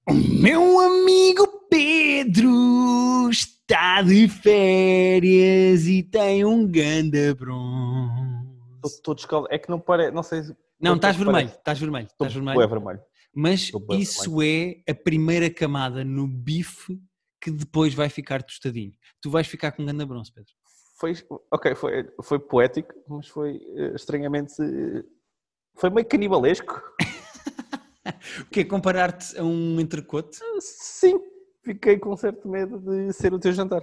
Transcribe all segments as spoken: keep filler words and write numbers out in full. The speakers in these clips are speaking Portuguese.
O meu amigo Pedro está de férias e tem um ganda bronze. Estou descalço. É que não parece, não sei. Não, estás vermelho, estás vermelho, estás vermelho. É vermelho. Mas isso vermelho. é a primeira camada no bife que depois vai ficar tostadinho. Tu vais ficar com um ganda bronze, Pedro. Foi, ok, foi, foi poético, mas foi uh, estranhamente... Uh, foi meio canibalesco. O que é comparar-te a um entrecote? Uh, sim, fiquei com certo medo de ser o teu jantar.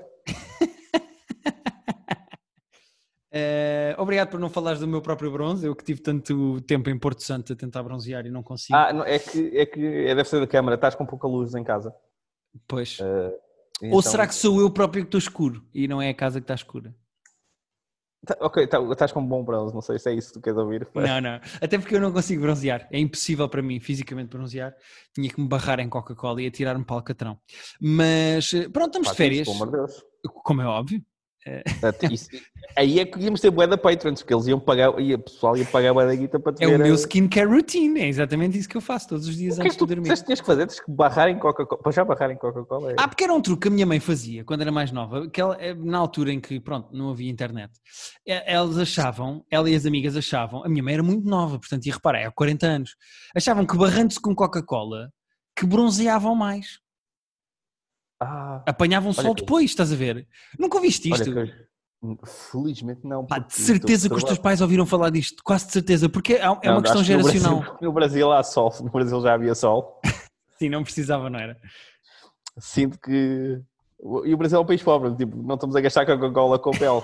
Uh, obrigado por não falares do meu próprio bronze. Eu que tive tanto tempo em Porto Santo a tentar bronzear e não consigo. Ah, não, é que, é que é, deve ser da câmara, estás com pouca luz em casa. Pois. Uh, Ou então... será que sou eu próprio que estou escuro e não é a casa que está escura? Tá, ok, tá, estás com um bom bronze, não sei se é isso que tu queres ouvir. Mas... Não, não. Até porque eu não consigo bronzear. É impossível para mim fisicamente bronzear. Tinha que me barrar em Coca-Cola e atirar-me para o Alcatrão. Mas pronto, estamos Pá, de férias. Isso, pelo amor de Deus. Como é óbvio. Isso, aí é que íamos ter bué da Patreons, porque eles iam pagar, e o pessoal ia pagar bué da guita para te É ver. o meu a... skincare routine, é exatamente isso que eu faço todos os dias o que antes é que tu de dormir. disseste que tinhas que fazer? Tens que barrar em Coca-Cola. Para já barrar em Coca-Cola é... Ah, porque era um truque que a minha mãe fazia quando era mais nova, que ela, na altura em que, pronto, não havia internet. Elas achavam, ela e as amigas achavam, a minha mãe era muito nova, portanto, e repara, é há quarenta anos, achavam que barrando-se com Coca-Cola, que bronzeavam mais. Ah, Apanhavam sol que... depois, estás a ver? Nunca ouviste isto? Olha que... Felizmente não. Pá, de certeza que os teus pais ouviram falar disto, quase de certeza, porque é, é uma não, questão geracional. No Brasil, no Brasil há sol, no Brasil já havia sol. Sim, não precisava, não era? Sinto que... E o Brasil é um país pobre, tipo, não estamos a gastar Coca-Cola com pele.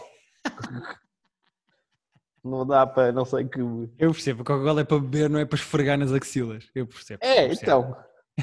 Não dá para, não sei que... Eu percebo, a Coca-Cola é para beber, não é para esfregar nas axilas. Eu percebo. É, eu percebo. então...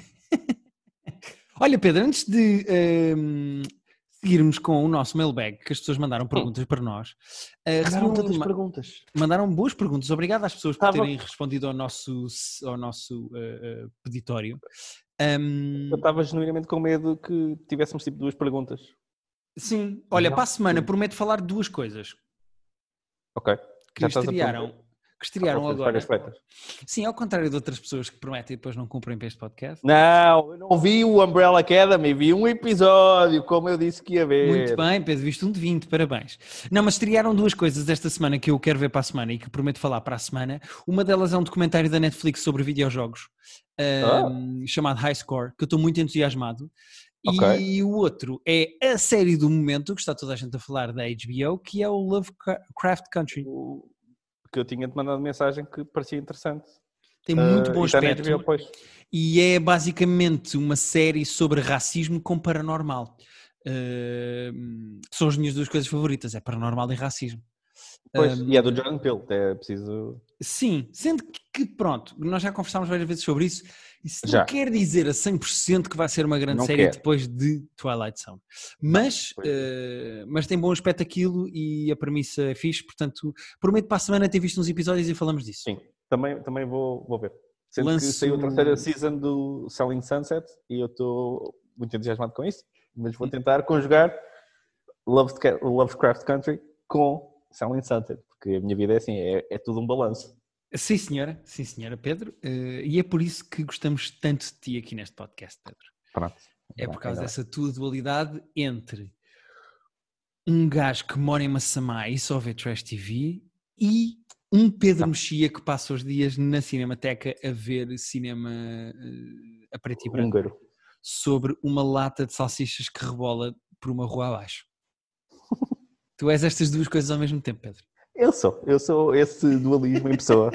Olha, Pedro, antes de um, seguirmos com o nosso mailbag, que as pessoas mandaram perguntas hum. para nós. Uh, mandaram tantas uma... perguntas. Mandaram boas perguntas. Obrigado às pessoas Tava... por terem respondido ao nosso, ao nosso uh, uh, peditório. Um... Eu estava genuinamente com medo que tivéssemos tipo duas perguntas. Sim. Olha, não, para a semana sim. prometo falar de duas coisas. Ok. Que Já estrearam... que estrearam ah, agora. Sim, ao contrário de outras pessoas que prometem e depois não cumprem para este podcast. Não, eu não vi o Umbrella Academy, vi um episódio, como eu disse que ia ver. Muito bem, Pedro, viste um de vinte, parabéns. Não, mas estrearam duas coisas esta semana que eu quero ver para a semana e que prometo falar para a semana. Uma delas é um documentário da Netflix sobre videojogos, um, ah. chamado High Score, que eu estou muito entusiasmado. Okay. E o outro é a série do momento, que está toda a gente a falar da H B O, que é o Lovecraft Country. O... que eu tinha-te mandado mensagem que parecia interessante. Tem muito bom uh, aspecto. E, H B O, e é basicamente uma série sobre racismo com paranormal. Uh, são as minhas duas coisas favoritas, é paranormal e racismo. Pois, um, e é do Jordan Peele, é preciso... Sim, sendo que, pronto, nós já conversámos várias vezes sobre isso, isso já. não quer dizer a cem por cento que vai ser uma grande não série quer. depois de Twilight Zone. Mas, uh, mas tem bom aspecto aquilo e a premissa é fixe, portanto, prometo para a semana ter visto uns episódios e falamos disso. Sim, também, também vou, vou ver. Sendo Lanço... que saiu a terceira season do Selling Sunset e eu estou muito entusiasmado com isso, mas vou tentar conjugar Lovecraft Country com Selling Sunset, porque a minha vida é assim, é, é tudo um balanço. Sim senhora, sim senhora Pedro, uh, e é por isso que gostamos tanto de ti aqui neste podcast, Pedro. Pronto. É por causa dessa tua dualidade entre um gajo que mora em Massamá e só vê Trash T V e um Pedro Não. Mexia que passa os dias na Cinemateca a ver cinema uh, a preto e branco Húngaro. sobre uma lata de salsichas que rebola por uma rua abaixo. Tu és estas duas coisas ao mesmo tempo, Pedro. Eu sou, eu sou esse dualismo em pessoa.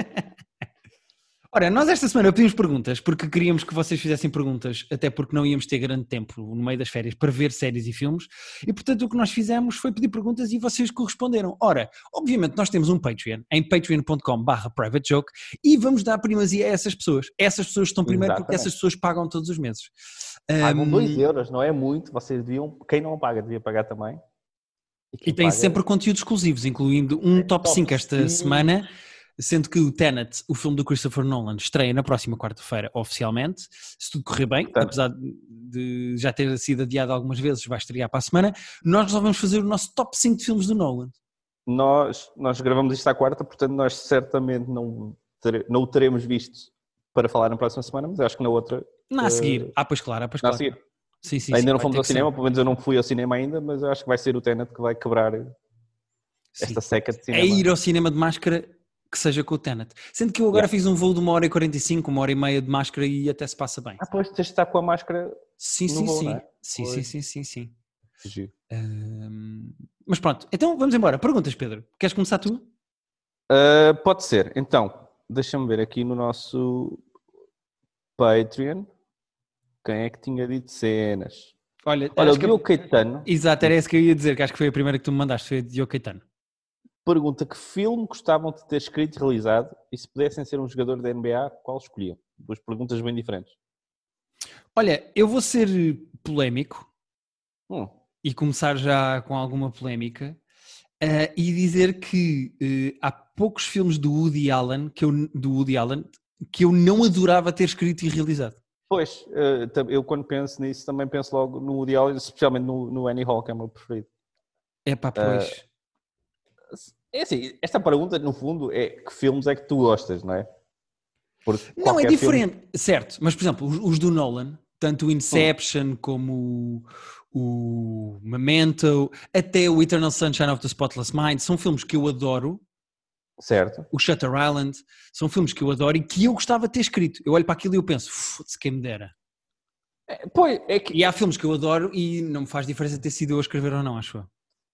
Ora, nós esta semana pedimos perguntas porque queríamos que vocês fizessem perguntas, até porque não íamos ter grande tempo no meio das férias para ver séries e filmes, e portanto o que nós fizemos foi pedir perguntas e vocês corresponderam. Ora, obviamente nós temos um Patreon, em patreon ponto com barra private joke, e vamos dar primazia a essas pessoas. Essas pessoas estão primeiro Exatamente. Porque essas pessoas pagam todos os meses. Pagam dois euros, não é muito, vocês deviam, quem não paga devia pagar também. E, e tem paga... sempre conteúdos exclusivos, incluindo um é, top cinco esta cinco. Semana, sendo que o Tenet, o filme do Christopher Nolan, estreia na próxima quarta-feira oficialmente, se tudo correr bem, Portanto. apesar de já ter sido adiado algumas vezes, vai estrear para a semana. Nós resolvemos fazer o nosso top cinco de filmes do Nolan. Nós, nós gravamos isto à quarta, portanto nós certamente não, tere, não o teremos visto para falar na próxima semana, mas acho que na outra... Não, a seguir. Uh, Ah, pois claro, ah, pois não claro. a seguir. Sim, sim, Ainda sim, não fomos vai ao ter que cinema, ser. pelo menos eu não fui ao cinema ainda, mas eu acho que vai ser o Tenet que vai quebrar esta Sim. seca de É cinema. ir ao cinema de máscara que seja com o Tenet. Sendo que eu agora Yeah. fiz um voo de uma hora e quarenta e cinco, uma hora e meia de máscara e até se passa bem. Ah, pois, tens de estar com a máscara Sim, no sim, voo, sim. não é? Sim, Pois. sim, sim, sim, sim. Giro. Ahm, Mas pronto, então vamos embora. Perguntas, Pedro. Queres começar tu? Uh, pode ser. Então, deixa-me ver aqui no nosso Patreon quem é que tinha dito cenas. Olha, Olha, o acho que... Diogo Caetano Exato, era isso que eu ia dizer, que acho que foi a primeira que tu me mandaste, foi a de Diogo Caetano. pergunta que filme gostavam de ter escrito e realizado e se pudessem ser um jogador da N B A, qual escolhiam? Duas perguntas bem diferentes. Olha, eu vou ser polémico Hum, e começar já com alguma polémica uh, e dizer que uh, há poucos filmes do Woody Allen que eu, do Woody Allen que eu não adorava ter escrito e realizado. pois, uh, eu quando penso nisso também penso logo no Woody Allen, especialmente no, no Annie Hall, que é o meu preferido. É pá, pois... Uh, É assim, esta pergunta, no fundo, é que filmes é que tu gostas, não é? Porque Não, é diferente, filme... certo, mas por exemplo, os, os do Nolan, tanto o Inception hum. como o, o Memento, até o Eternal Sunshine of the Spotless Mind, são filmes que eu adoro. Certo. O Shutter Island, são filmes que eu adoro e que eu gostava de ter escrito. Eu olho para aquilo e eu penso, foda-se, quem me dera. É, pois, é que... E há filmes que eu adoro e não me faz diferença ter sido eu a escrever ou não, acho eu.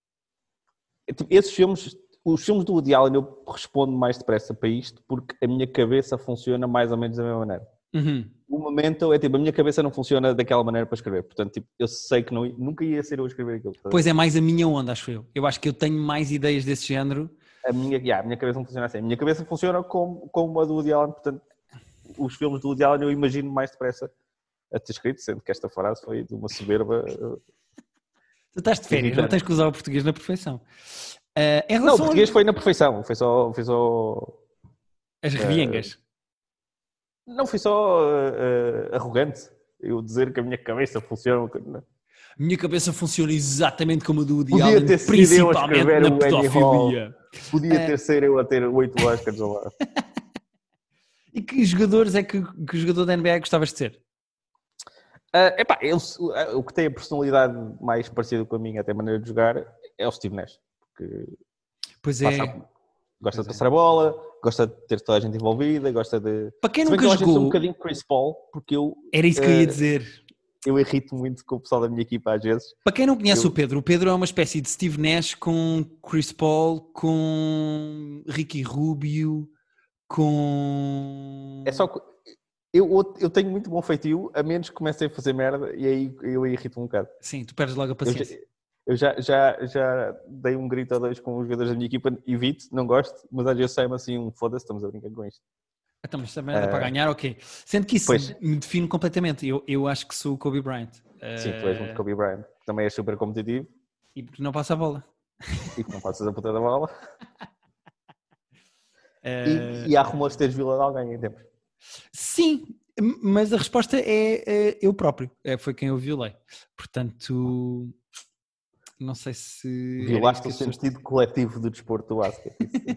Esses filmes, os filmes do Woody Allen, eu respondo mais depressa para isto porque a minha cabeça funciona mais ou menos da mesma maneira. Uhum. O momento é tipo, a minha cabeça não funciona daquela maneira para escrever. Portanto, tipo, eu sei que não, nunca ia ser eu a escrever aquilo. Pois é mais a minha onda, acho eu. Eu acho que eu tenho mais ideias desse género. A minha, yeah, a minha cabeça não funciona assim. A minha cabeça funciona como, como a do Woody Allen. Portanto, os filmes do Woody Allen eu imagino mais depressa a ter escrito, sendo que esta frase foi de uma soberba... Tu estás de férias, não tens que usar o português na perfeição. Uh, em não, o português a... foi na perfeição. Foi só... Foi só As reviengas. Uh, não, foi só uh, arrogante. Eu dizer que a minha cabeça funciona... A minha cabeça funciona exatamente como a do Woody Podia Allen, ter sido principalmente eu a na o pedofilia. Podia uh... ter sido eu a ter oito Oscars ao lado. E que jogadores é que, que jogador da N B A gostavas de ser? Uh, epá, ele, o que tem a personalidade mais parecida com a minha, até a maneira de jogar, é o Steve Nash. Porque pois é. Passa, gosta pois de passar é. a bola, gosta de ter toda a gente envolvida, gosta de... Para quem Se nunca bem que jogou... eu sou um bocadinho Chris Paul, porque eu... Era isso que uh, eu ia dizer. Eu irrito muito com o pessoal da minha equipa às vezes. Para quem não conhece eu... o Pedro, o Pedro é uma espécie de Steve Nash com Chris Paul, com Ricky Rubio, com... É só que eu, eu tenho muito bom feitio, a menos que comecem a fazer merda e aí eu irrito um bocado. Sim, tu perdes logo a paciência. Eu já, eu já, já, já dei um grito a dois com os jogadores da minha equipa, evito, não gosto, mas às vezes sai-me assim um foda-se, estamos a brincar com isto. Então, mas também era uh, para ganhar, ok. Sendo que isso pois. me define completamente. Eu, eu acho que sou o Kobe Bryant. Sim, tu és muito Kobe Bryant. Também és super competitivo. E porque não passa a bola. E porque não passas a puta da bola. Uh... E, e há rumores de teres violado alguém em tempos. Sim, mas a resposta é, é eu próprio. É, foi quem eu violei. Portanto, não sei se... Violaste o sentido pessoas... coletivo do desporto do basquete.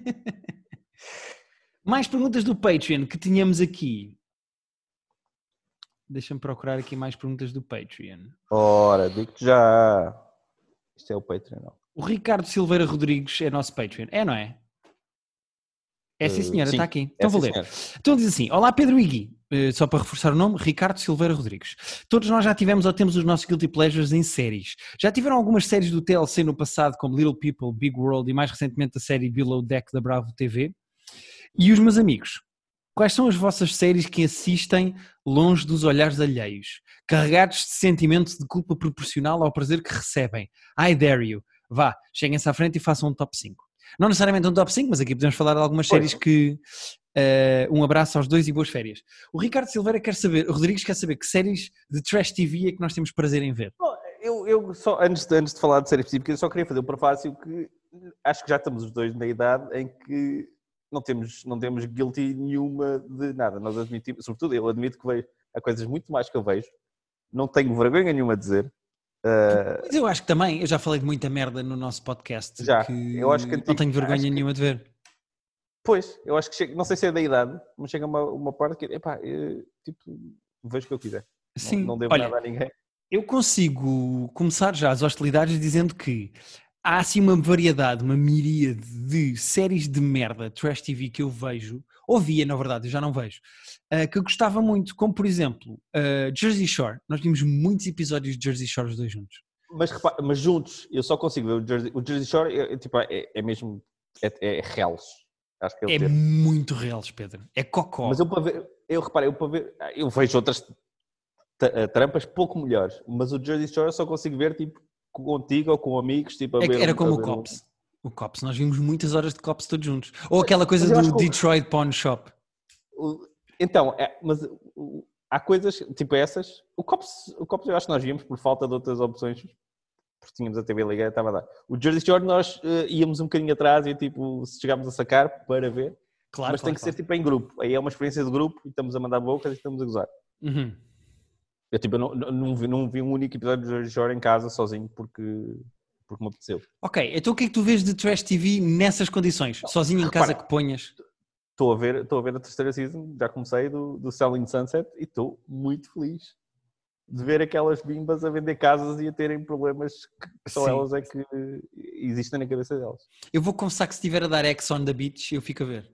Mais perguntas do Patreon que tínhamos aqui. Deixa-me procurar aqui mais perguntas do Patreon. Ora, digo-te já. Isto é o Patreon, não. O Ricardo Silveira Rodrigues é nosso Patreon. É, não é? É sim, senhora, uh, está aqui. Então é vou sim, ler. Senhora. Então diz assim: olá Pedro e Gui. Uh, só para reforçar o nome, Ricardo Silveira Rodrigues. Todos nós já tivemos ou temos os nossos guilty pleasures em séries. Já tiveram algumas séries do T L C no passado, como Little People, Big World e mais recentemente a série Below Deck da Bravo T V. E os meus amigos, quais são as vossas séries que assistem longe dos olhares alheios, carregados de sentimento de culpa proporcional ao prazer que recebem? I dare you. Vá, cheguem-se à frente e façam um top cinco. Não necessariamente um top cinco, mas aqui podemos falar de algumas pois. séries que... Uh, um abraço aos dois e boas férias. O Ricardo Silveira quer saber, o Rodrigues quer saber que séries de Trash T V é que nós temos prazer em ver. Bom, eu, eu só, antes de, antes de falar de série específica, eu só queria fazer um prefácio que acho que já estamos os dois na idade em que não temos, não temos guilty nenhuma de nada. Nós admitimos, sobretudo eu admito que vejo há coisas muito mais que eu vejo. Não tenho vergonha nenhuma de dizer. Uh... Mas eu acho que também, eu já falei de muita merda no nosso podcast. Já, que eu acho que não tenho vergonha que, nenhuma de ver. Pois, eu acho que chega, não sei se é da idade, mas chega uma, uma parte que, epá, eu, tipo, vejo o que eu quiser. Sim, não, não devo olha, nada a ninguém. eu consigo começar já as hostilidades dizendo que há assim uma variedade, uma miríade de séries de merda, trash T V que eu vejo, ou via na verdade, eu já não vejo, uh, que eu gostava muito, como por exemplo uh, Jersey Shore. Nós vimos muitos episódios de Jersey Shore os dois juntos. Mas, repara, mas juntos, eu só consigo ver o Jersey, o Jersey Shore, é, é, tipo, é, é mesmo, é, é reals. Acho que é o É termo. muito real, Pedro. É cocó. Mas eu para ver, eu reparo, eu para ver, eu vejo outras trampas pouco melhores, mas o Jersey Shore eu só consigo ver tipo contigo ou com amigos, tipo a É, ver era um, como a o ver um... Cops. O Cops, nós vimos muitas horas de Cops todos juntos. Ou aquela coisa Mas eu do acho que o- Detroit Pawn Shop. o- então, é, mas o- há coisas tipo essas. O Cops, o Cops eu acho que nós víamos por falta de outras opções, porque tínhamos a T V ligada, estava a dar. O Jersey Shore nós uh, íamos um bocadinho atrás e tipo, se chegámos a sacar para ver, Claro, mas claro, tem que claro. ser tipo em grupo. Aí é uma experiência de grupo e estamos a mandar bocas e estamos a gozar. Uhum. Eu, tipo, eu não, não, não, vi, não vi um único episódio de Jersey Shore em casa sozinho porque, porque me apeteceu. Ok, então o que é que tu vês de trash T V nessas condições? Sozinho em casa Repara, que ponhas? Estou a ver, estou a ver a terceira season, já comecei do, do Selling Sunset e estou muito feliz de ver aquelas bimbas a vender casas e a terem problemas que só Sim. elas é que existem na cabeça delas. Eu vou confessar que se estiver a dar Ex on the Beach, eu fico a ver.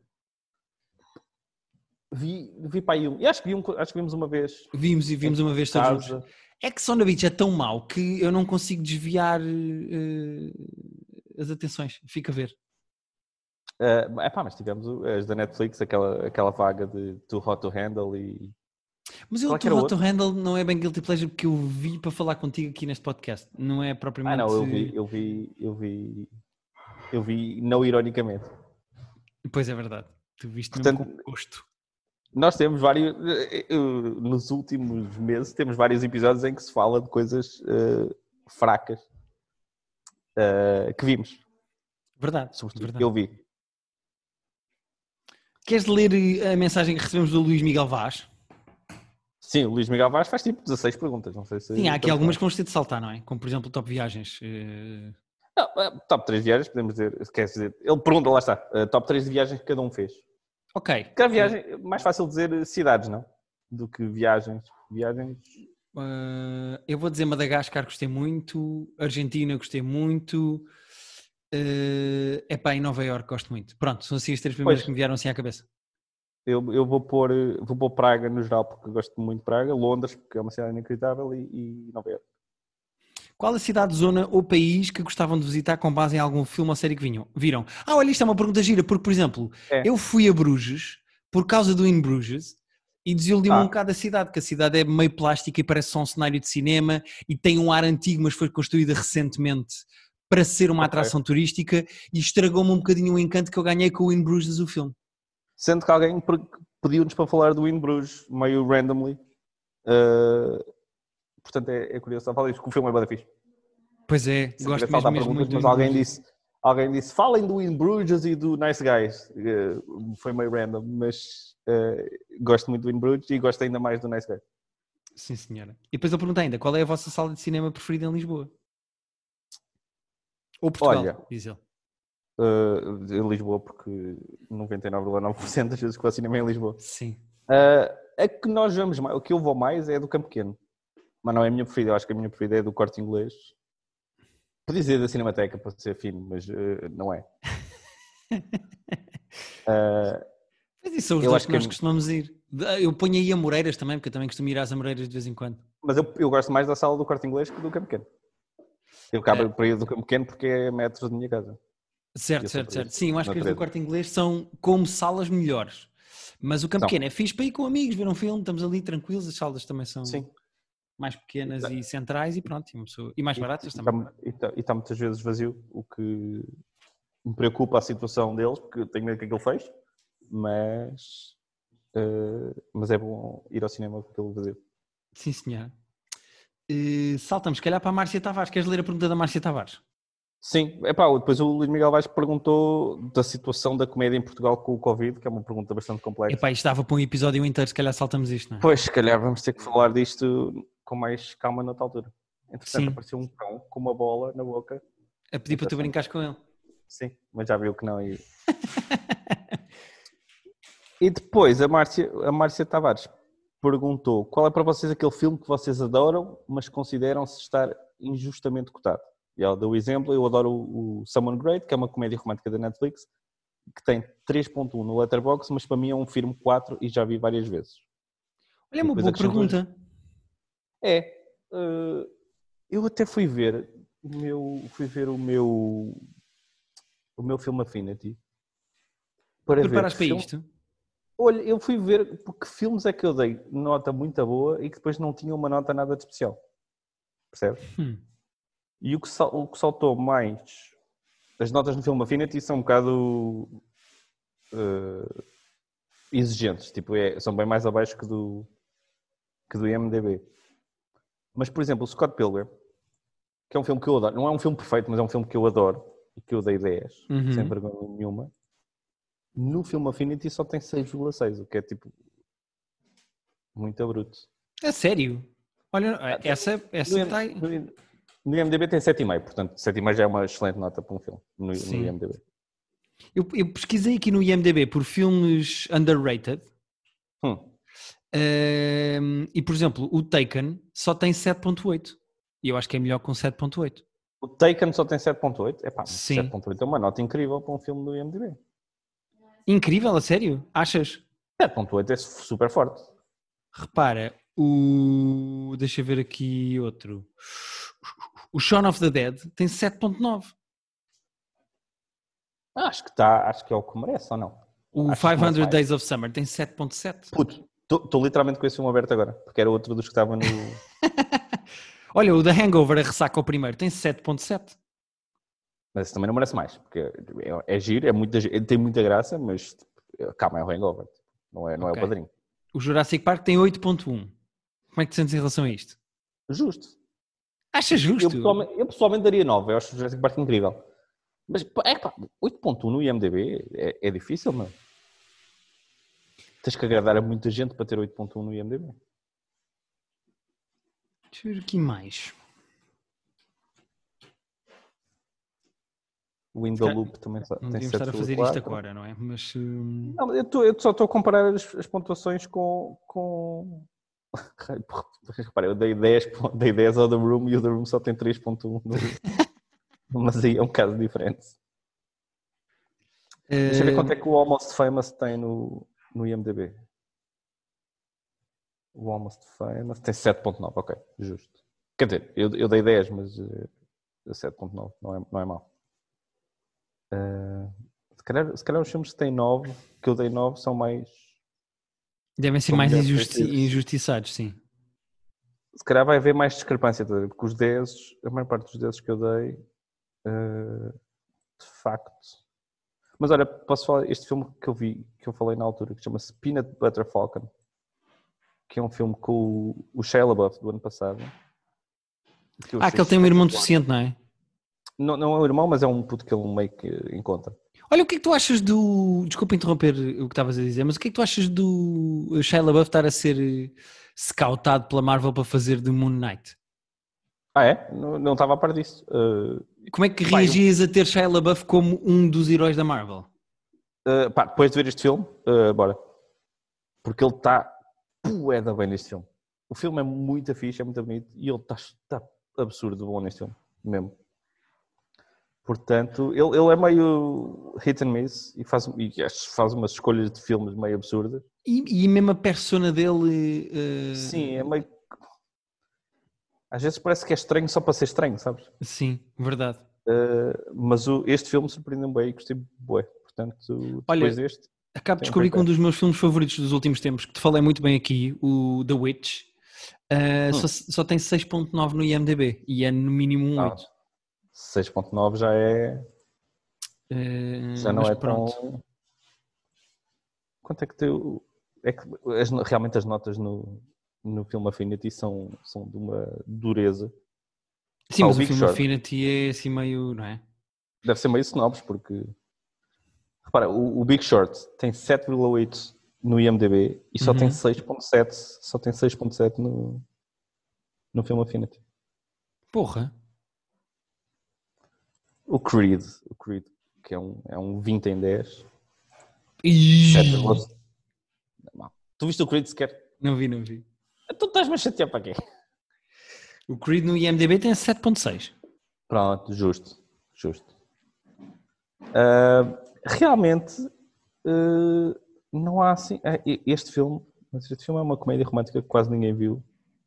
Vi, vi para aí um, e acho que, vi um, acho que vimos uma vez. Vimos e vimos uma vez todos casa. juntos. Ex on the Beach é tão mau que eu não consigo desviar uh, as atenções. Fico a ver. Uh, epá, mas tivemos as da Netflix, aquela, aquela vaga de Too Hot to Handle e... Mas eu, o Too Hot to Handle não é bem guilty pleasure porque eu vi para falar contigo aqui neste podcast. Não é propriamente... Ah não, eu vi, eu vi, eu vi, eu vi não ironicamente. Pois é verdade. Tu viste Portanto, mesmo com gosto. Nós temos vários, nos últimos meses, temos vários episódios em que se fala de coisas uh, fracas uh, que vimos. Verdade, Sobretudo, verdade. eu vi. Queres ler a mensagem que recebemos do Luís Miguel Vaz? Sim, o Luís Miguel Vaz faz tipo dezasseis perguntas, não sei se... Sim, há aqui algumas que vamos ter de saltar, não é? Como por exemplo o Top Viagens. Uh... Não, top três viagens, podemos dizer, quer dizer, ele pergunta, lá está, uh, top três de viagens que cada um fez. Ok. Cada viagem, é mais fácil dizer cidades, não? Do que viagens. Viagens... Uh, eu vou dizer Madagascar, gostei muito. Argentina, gostei muito. Uh, epá, em Nova Iorque, gosto muito. Pronto, são assim as três primeiras Pois. que me vieram assim à cabeça. Eu, eu vou, pôr, vou pôr Praga no geral, porque gosto muito de Praga. Londres, porque é uma cidade inacreditável. E, e Nova Iorque. Qual a cidade, zona ou país que gostavam de visitar com base em algum filme ou série que vinham, viram? Ah, olha, isto é uma pergunta gira, porque, por exemplo, É. eu fui a Bruges por causa do In Bruges e desiludiu-me Ah. um bocado a cidade, que a cidade é meio plástica e parece só um cenário de cinema e tem um ar antigo, mas foi construída recentemente para ser uma Okay. atração turística e estragou-me um bocadinho o encanto que eu ganhei com o In Bruges, o filme. Sendo que alguém pediu-nos para falar do In Bruges, meio randomly. Uh, portanto, é, é curioso. Só falo isto, que o filme é bada fixe. Pois é, Se gosto mesmo, mesmo muito do mas In alguém Bruges. disse, alguém disse, falem do In Bruges e do Nice Guys. Uh, foi meio random, mas uh, gosto muito do In Bruges e gosto ainda mais do Nice Guys. Sim, senhora. E depois eu pergunto ainda, qual é a vossa sala de cinema preferida em Lisboa? Ou Portugal, Olha, diz ele. Uh, em Lisboa, porque noventa e nove vírgula nove por cento das vezes que vou ao cinema é em Lisboa. Sim. Uh, a que nós vamos mais, o que eu vou mais é do Campo Pequeno. Mas não é a minha preferida, eu acho que a minha preferida é do Corte Inglês. Podia dizer da Cinemateca para ser fino, mas uh, não é. uh, Mas isso são os dois que nós que... costumamos ir. Eu ponho aí a Moreiras também, porque eu também costumo ir às Amoreiras de vez em quando. Mas eu, eu gosto mais da sala do Corte Inglês que do Campo Pequeno. Eu acabo é. para ir do Campo Pequeno porque é metros da minha casa. Certo, certo, certo. Sim, eu acho que as do Corte Inglês são como salas melhores. Mas o Campo Pequeno é fixe para ir com amigos, ver um filme, estamos ali tranquilos, as salas também são Sim. mais pequenas e, e centrais e pronto, e, pessoa... e mais e, baratas e também. E está, está muitas vezes vazio, o que me preocupa a situação deles, porque tenho medo que aquilo feche, mas, uh, mas é bom ir ao cinema com aquilo vazio. Sim, senhor. Uh, saltamos, se calhar, para a Márcia Tavares. Queres ler a pergunta da Márcia Tavares? Sim, epá, depois o Luís Miguel Vaz perguntou da situação da comédia em Portugal com o Covid, que é uma pergunta bastante complexa. Epá, isto estava para um episódio inteiro, se calhar saltamos isto, não é? Pois, se calhar vamos ter que falar disto com mais calma noutra altura. Entretanto, Sim. apareceu um cão com uma bola na boca. A pedir para tu brincares com ele. Sim, mas já viu que não. E... E depois a Márcia, a Márcia Tavares perguntou qual é para vocês aquele filme que vocês adoram, mas consideram-se estar injustamente cotado. E ela deu o exemplo, eu adoro o, o Someone Great, que é uma comédia romântica da Netflix, que tem três ponto um no Letterboxd, mas para mim é um filme quatro e já vi várias vezes. Olha, uma boa pergunta. É, uh, eu até fui ver o meu, fui ver o meu, o meu filme Affinity. Para Preparas ver para filme... isto? Olha, eu fui ver porque filmes é que eu dei nota muito boa e que depois não tinha uma nota nada de especial. Percebes? Hum. E o que, sal, o que saltou mais... As notas no filme Affinity são um bocado uh, exigentes. Tipo, é, são bem mais abaixo que do, que do I M D B. Mas, por exemplo, o Scott Pilgrim, que é um filme que eu adoro. Não é um filme perfeito, mas é um filme que eu adoro e que eu dei dez, uhum. sem vergonha nenhuma. No filme Affinity só tem seis vírgula seis, o que é tipo muito bruto. É sério? Olha, essa essa está... No, no, no I M D B tem sete vírgula cinco, portanto sete vírgula cinco já é uma excelente nota para um filme no, no I M D B. Eu, eu pesquisei aqui no I M D B por filmes underrated. Hum. Uh, e, por exemplo, o Taken só tem sete ponto oito. E eu acho que é melhor com sete ponto oito. O Taken só tem sete ponto oito? Epá, Sim. sete ponto oito é uma nota incrível para um filme do I M D B. Incrível, a sério? Achas? sete ponto oito é super forte. Repara, o... deixa eu ver aqui outro. O Shaun of the Dead tem sete ponto nove. Acho que está, acho que é o que merece, ou não? O acho quinhentos Days of Summer tem sete ponto sete. Puto, estou literalmente com esse filme aberto agora, porque era outro dos que estava no... Olha, o The Hangover, a ressaca ao primeiro, tem sete ponto sete. Mas esse também não merece mais, porque é, é giro, é muita, tem muita graça, mas calma, é o Hangover, não é, não okay. é o Padrinho. O Jurassic Park tem oito ponto um. Como é que te sentes em relação a isto? Justo. Achas justo? Eu pessoalmente, eu pessoalmente daria nove, eu acho o Jurassic Park incrível. Mas é pá, oito ponto um no I M D B é, é difícil, mano. Tens que agradar a muita gente para ter oito ponto um no I M D B. Deixa eu ver aqui mais. O In The Loop também não tem sete vírgula quatro. Não devíamos estar a fazer isto agora, não é? Mas, hum... não, eu, tô, eu só estou a comparar as, as pontuações com... com... Repara, eu dei dez, dei dez ao The Room e o The Room só tem três ponto um. No... Mas aí é um caso diferente. Uh... Deixa eu ver quanto é que o Almost Famous tem no, no I M D B. O Almost Famous tem sete ponto nove, ok, justo. Quer dizer, eu, eu dei dez, mas uh, sete ponto nove não é, não é mau. Uh, se, calhar, se calhar os filmes que têm nove, que eu dei nove, são mais... Devem ser mais injusti injustiçados, sim. Se calhar vai haver mais discrepância, porque os dez, a maior parte dos dez que eu dei, uh, de facto... Mas olha, posso falar, este filme que eu vi, que eu falei na altura, que chama-se Peanut Butter Falcon, que é um filme com o, o Shia LaBeouf do ano passado. Que ah, que ele tem um irmão deficiente, não é? Não, não é um irmão, mas é um puto que ele meio que encontra. Olha, o que é que tu achas do... Desculpa interromper o que estavas a dizer, mas o que é que tu achas do Shia LaBeouf estar a ser scoutado pela Marvel para fazer de Moon Knight? Ah, é? Não, não estava a par disso. Uh... Como é que pá, reagias eu... a ter Shia LaBeouf como um dos heróis da Marvel? Uh, pá, depois de ver este filme, uh, bora. Porque ele está pueda bem neste filme. O filme é muito fixe, é muito bonito e ele está tá absurdo bom neste filme, mesmo. Portanto, ele, ele é meio hit and miss e faz, e faz umas escolhas de filmes meio absurdas. E, e mesmo a persona dele... Uh... Sim, é meio... Às vezes parece que é estranho só para ser estranho, sabes? Sim, verdade. Uh, mas o, este filme surpreendeu-me bem e gostei bué. Portanto, depois Olha, deste... acabo de descobrir que um dos meus filmes favoritos dos últimos tempos, que te falei muito bem aqui, o The Witch, uh, hum. só, só tem seis ponto nove no I M D B e é no mínimo um oito. Ah. seis ponto nove já é... Uh, já não é pronto. tão... Quanto é que teu... É que as, realmente as notas no, no filme Affinity são, são de uma dureza. Sim, ah, mas o, o filme Short Affinity é assim meio... não é? Deve ser meio snobs, porque... Repara, o, o Big Short tem sete vírgula oito no I M D B e só uhum. tem seis ponto sete. Só tem seis ponto sete no, no filme Affinity. Porra! O Creed, o Creed, que é um, é um vinte em dez. E... Tu viste o Creed sequer? Não vi, não vi. Tu estás-me a chatear para quê? O Creed no I M D B tem sete ponto seis. Pronto, justo, justo. Uh, realmente, uh, não há assim... Uh, este filme, este filme é uma comédia romântica que quase ninguém viu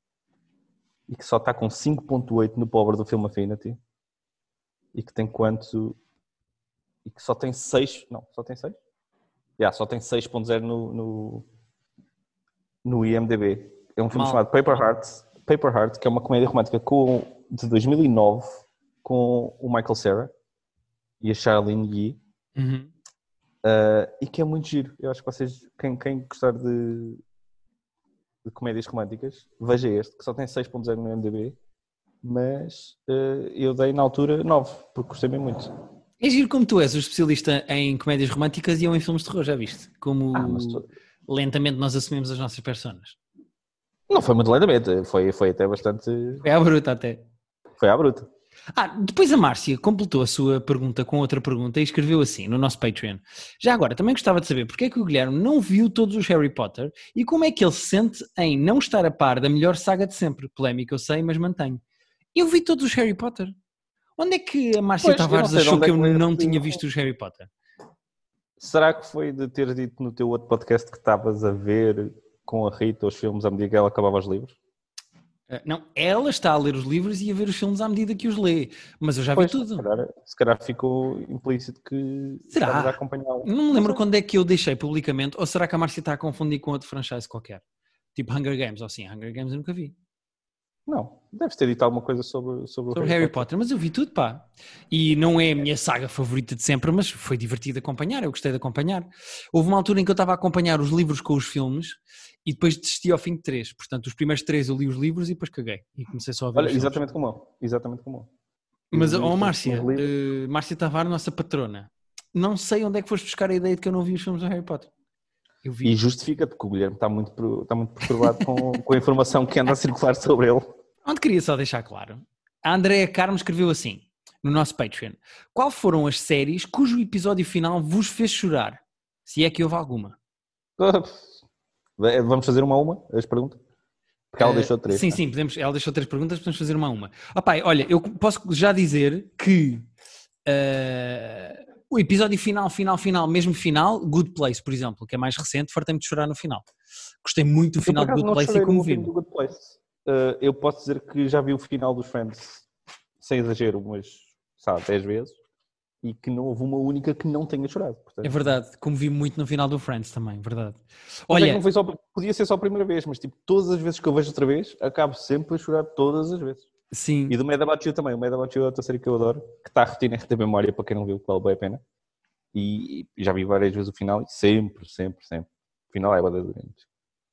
e que só está com cinco ponto oito no pobre do Film Affinity e que tem quanto... e que só tem seis... Não, só tem seis? Yeah, só tem seis ponto zero no, no, no I M D B. É um filme Mal. chamado Paper Heart, Paper Heart, que é uma comédia romântica com, de dois mil e nove com o Michael Cera e a Charlene Yi. Uhum. Uh, e que é muito giro. Eu acho que vocês, quem, quem gostar de, de comédias românticas, veja este, que só tem seis ponto zero no I M D B, mas uh, eu dei na altura nove, porque gostei bem muito. É giro como tu és o especialista em comédias românticas e eu em filmes de terror, já viste? Como ah, tu... lentamente nós assumimos as nossas personas. Não foi muito lentamente, foi, foi até bastante... Foi à bruta até. Foi à bruta. Ah, depois a Márcia completou a sua pergunta com outra pergunta e escreveu assim no nosso Patreon. Já agora, também gostava de saber porque é que o Guilherme não viu todos os Harry Potter e como é que ele se sente em não estar a par da melhor saga de sempre. Polémica, eu sei, mas mantenho. Eu vi todos os Harry Potter. Onde é que a Márcia pois, Tavares achou que eu é que não tinha visto os Harry Potter? Será que foi de ter dito no teu outro podcast que estavas a ver com a Rita os filmes à medida que ela acabava os livros? Uh, não, ela está a ler os livros e a ver os filmes à medida que os lê. Mas eu já pois, vi tudo. Se calhar, se calhar ficou implícito que será? A acompanhá-lo. Não me lembro quando é que eu deixei publicamente. Ou será que a Márcia está a confundir com outro franchise qualquer? Tipo Hunger Games ou assim. Hunger Games eu nunca vi. Não, deves ter dito alguma coisa sobre, sobre, sobre o Harry, Harry Potter. Potter, mas eu vi tudo, pá. E não é a minha saga favorita de sempre, mas foi divertido acompanhar, eu gostei de acompanhar. Houve uma altura em que eu estava a acompanhar os livros com os filmes e depois desisti ao fim de três. Portanto, os primeiros três eu li os livros e depois caguei. E comecei só a ver Olha, os exatamente filmes. como eu. Exatamente como eu. Mas, ó oh, Márcia, uh, Márcia Tavares, nossa patrona, não sei onde é que foste buscar a ideia de que eu não vi os filmes do Harry Potter. Eu vi. E justifica-te, porque o Guilherme está muito, está muito perturbado com, com a informação que anda a circular sobre ele. Onde queria só deixar claro, a Andrea Carmo escreveu assim, no nosso Patreon: qual foram as séries cujo episódio final vos fez chorar? Se é que houve alguma. Vamos fazer uma a uma, as perguntas? Porque ela uh, deixou três. Sim, tá? sim, podemos, ela deixou três perguntas, podemos fazer uma a uma. Ah, pai, olha, eu posso já dizer que uh, o episódio final, final, final, mesmo final, Good Place, por exemplo, que é mais recente, fartei-me de chorar no final. Gostei muito do final de Good Place e como vi. Uh, eu posso dizer que já vi o final dos Friends, sem exagero, umas, sabe, dez vezes, e que não houve uma única que não tenha chorado. Portanto, é verdade, como vi muito no final do Friends também, verdade. Olha, é que não foi só, podia ser só a primeira vez, mas tipo, todas as vezes que eu vejo outra vez, acabo sempre a chorar todas as vezes. Sim. E do Mad About You também, o Mad About You é outra série que eu adoro, que está a repetir na R T Memória, para quem não viu, que vale bem a pena. E, e já vi várias vezes o final, e sempre, sempre, sempre. O final é badalento.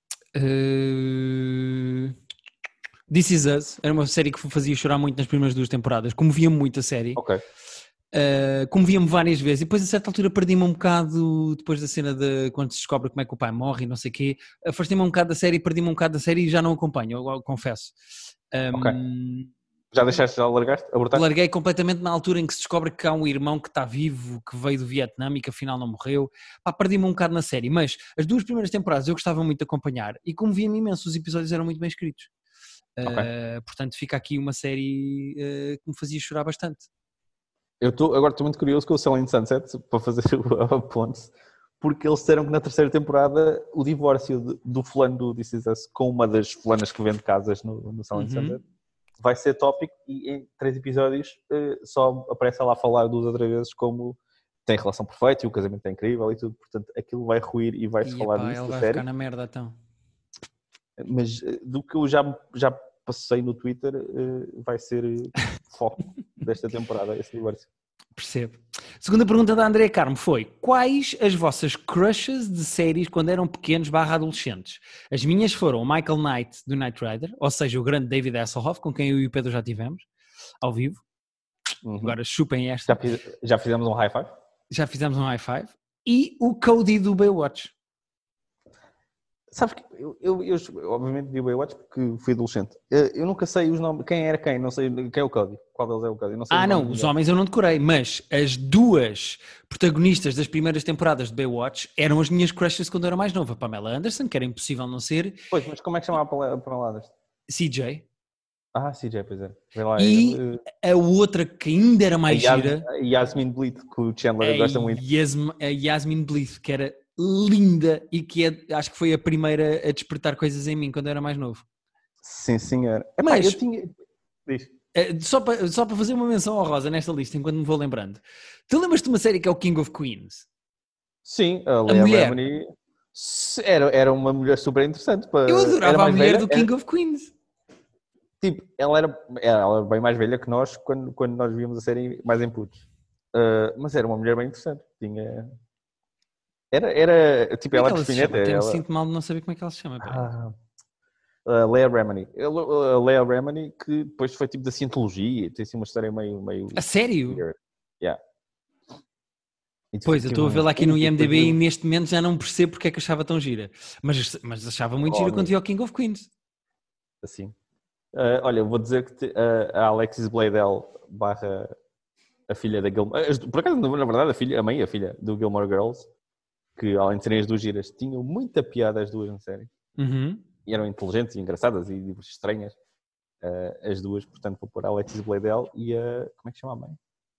Uh... This Is Us era uma série que me fazia chorar muito nas primeiras duas temporadas, comovia-me muito a série, ok. uh, comovia-me várias vezes e depois a certa altura perdi-me um bocado depois da cena de quando se descobre como é que o pai morre e não sei o quê, afastei-me um bocado da série e perdi-me um bocado da série e já não acompanho, eu, eu confesso. Um, ok. Já deixaste, já largaste? Abortaste? Larguei completamente na altura em que se descobre que há um irmão que está vivo, que veio do Vietnã e que afinal não morreu. Pá, perdi-me um bocado na série, mas as duas primeiras temporadas eu gostava muito de acompanhar e comovia-me imenso, os episódios eram muito bem escritos. Okay. Uh, portanto fica aqui uma série uh, que me fazia chorar bastante. Eu tô, agora estou muito curioso com o Selling Sunset para fazer a ponte, porque eles disseram que na terceira temporada o divórcio de, do fulano do This Is Us com uma das fulanas que vende casas no, no Selling uhum. Sunset vai ser tópico e em três episódios uh, só aparece ela a falar duas ou três vezes como tem relação perfeita e o casamento é incrível e tudo, portanto aquilo vai ruir e vai-se falar epá, disso. Ela vai série. Ficar na merda então. Mas do que eu já, já passei no Twitter, uh, vai ser foco desta temporada, esse divórcio. Percebo. Segunda pergunta da Andrea Carmo foi: quais as vossas crushes de séries quando eram pequenos barra adolescentes? As minhas foram o Michael Knight do Knight Rider, ou seja, o grande David Hasselhoff, com quem eu e o Pedro já tivemos, ao vivo. Uhum. Agora chupem esta. Já, fiz, já fizemos um high five? Já fizemos um high five. E o Cody do Baywatch. Sabes que eu, eu, eu, eu obviamente vi o Baywatch porque fui adolescente. Eu, eu nunca sei os nomes, quem era quem, não sei quem é o Cody, qual deles é o Cody, não sei Ah, os nomes não, de os ninguém. homens eu não decorei, mas as duas protagonistas das primeiras temporadas de Baywatch eram as minhas crushes quando eu era mais nova. Pamela Anderson, que era impossível não ser, Pois, mas como é que chamava para para lá deste? C J, Ah, C J, pois é. Vê lá e ele. a outra que ainda era A, mais Yas, gira, a Yasmin Bleeth, que o a, Chandler gosta muito. Yasm, a Yasmin Bleeth, que era linda e que é, acho que foi a primeira a despertar coisas em mim quando eu era mais novo. Sim, senhor. Epá, eu Mas, tinha. Diz. eh, só para só para fazer uma menção honrosa nesta lista, enquanto me vou lembrando, tu lembras-te de uma série que é o King of Queens? Sim, a A Leah mulher. Remini era, era uma mulher super interessante. Eu Para... Era adorava a mais mulher velha. do Era, King of Queens. tipo, ela era, ela era bem mais velha que nós quando, quando nós víamos a série mais em putos. Uh, mas era uma mulher bem interessante. Tinha. Era, era tipo, Como é que ela ela se definida. chama? Até me Ela... sinto mal de não saber como é que ela se chama. Peraí. Ah, a Leah Remini. A Leah Remini, que depois foi tipo da cientologia, tem assim uma história meio. meio A sério? weird. Yeah. E Pois, eu tive estou a ver uns lá aqui no putos, e depois I M D B e viu. neste momento já não percebo porque é que achava tão gira. Mas, mas achava muito Oh, gira quando amigo, ia ao King of Queens. assim. Uh, olha, eu vou dizer que te, uh, a Alexis Bledel barra a filha da Gilmore. Por acaso, na verdade, a, filha, a mãe e a filha do Gilmore Girls, que além de serem as duas giras, tinham muita piada as duas na série. Uhum. E eram inteligentes e engraçadas e estranhas. Uh, as duas, portanto, vou pôr a Alexis Bledel e a. Como é que chama a mãe?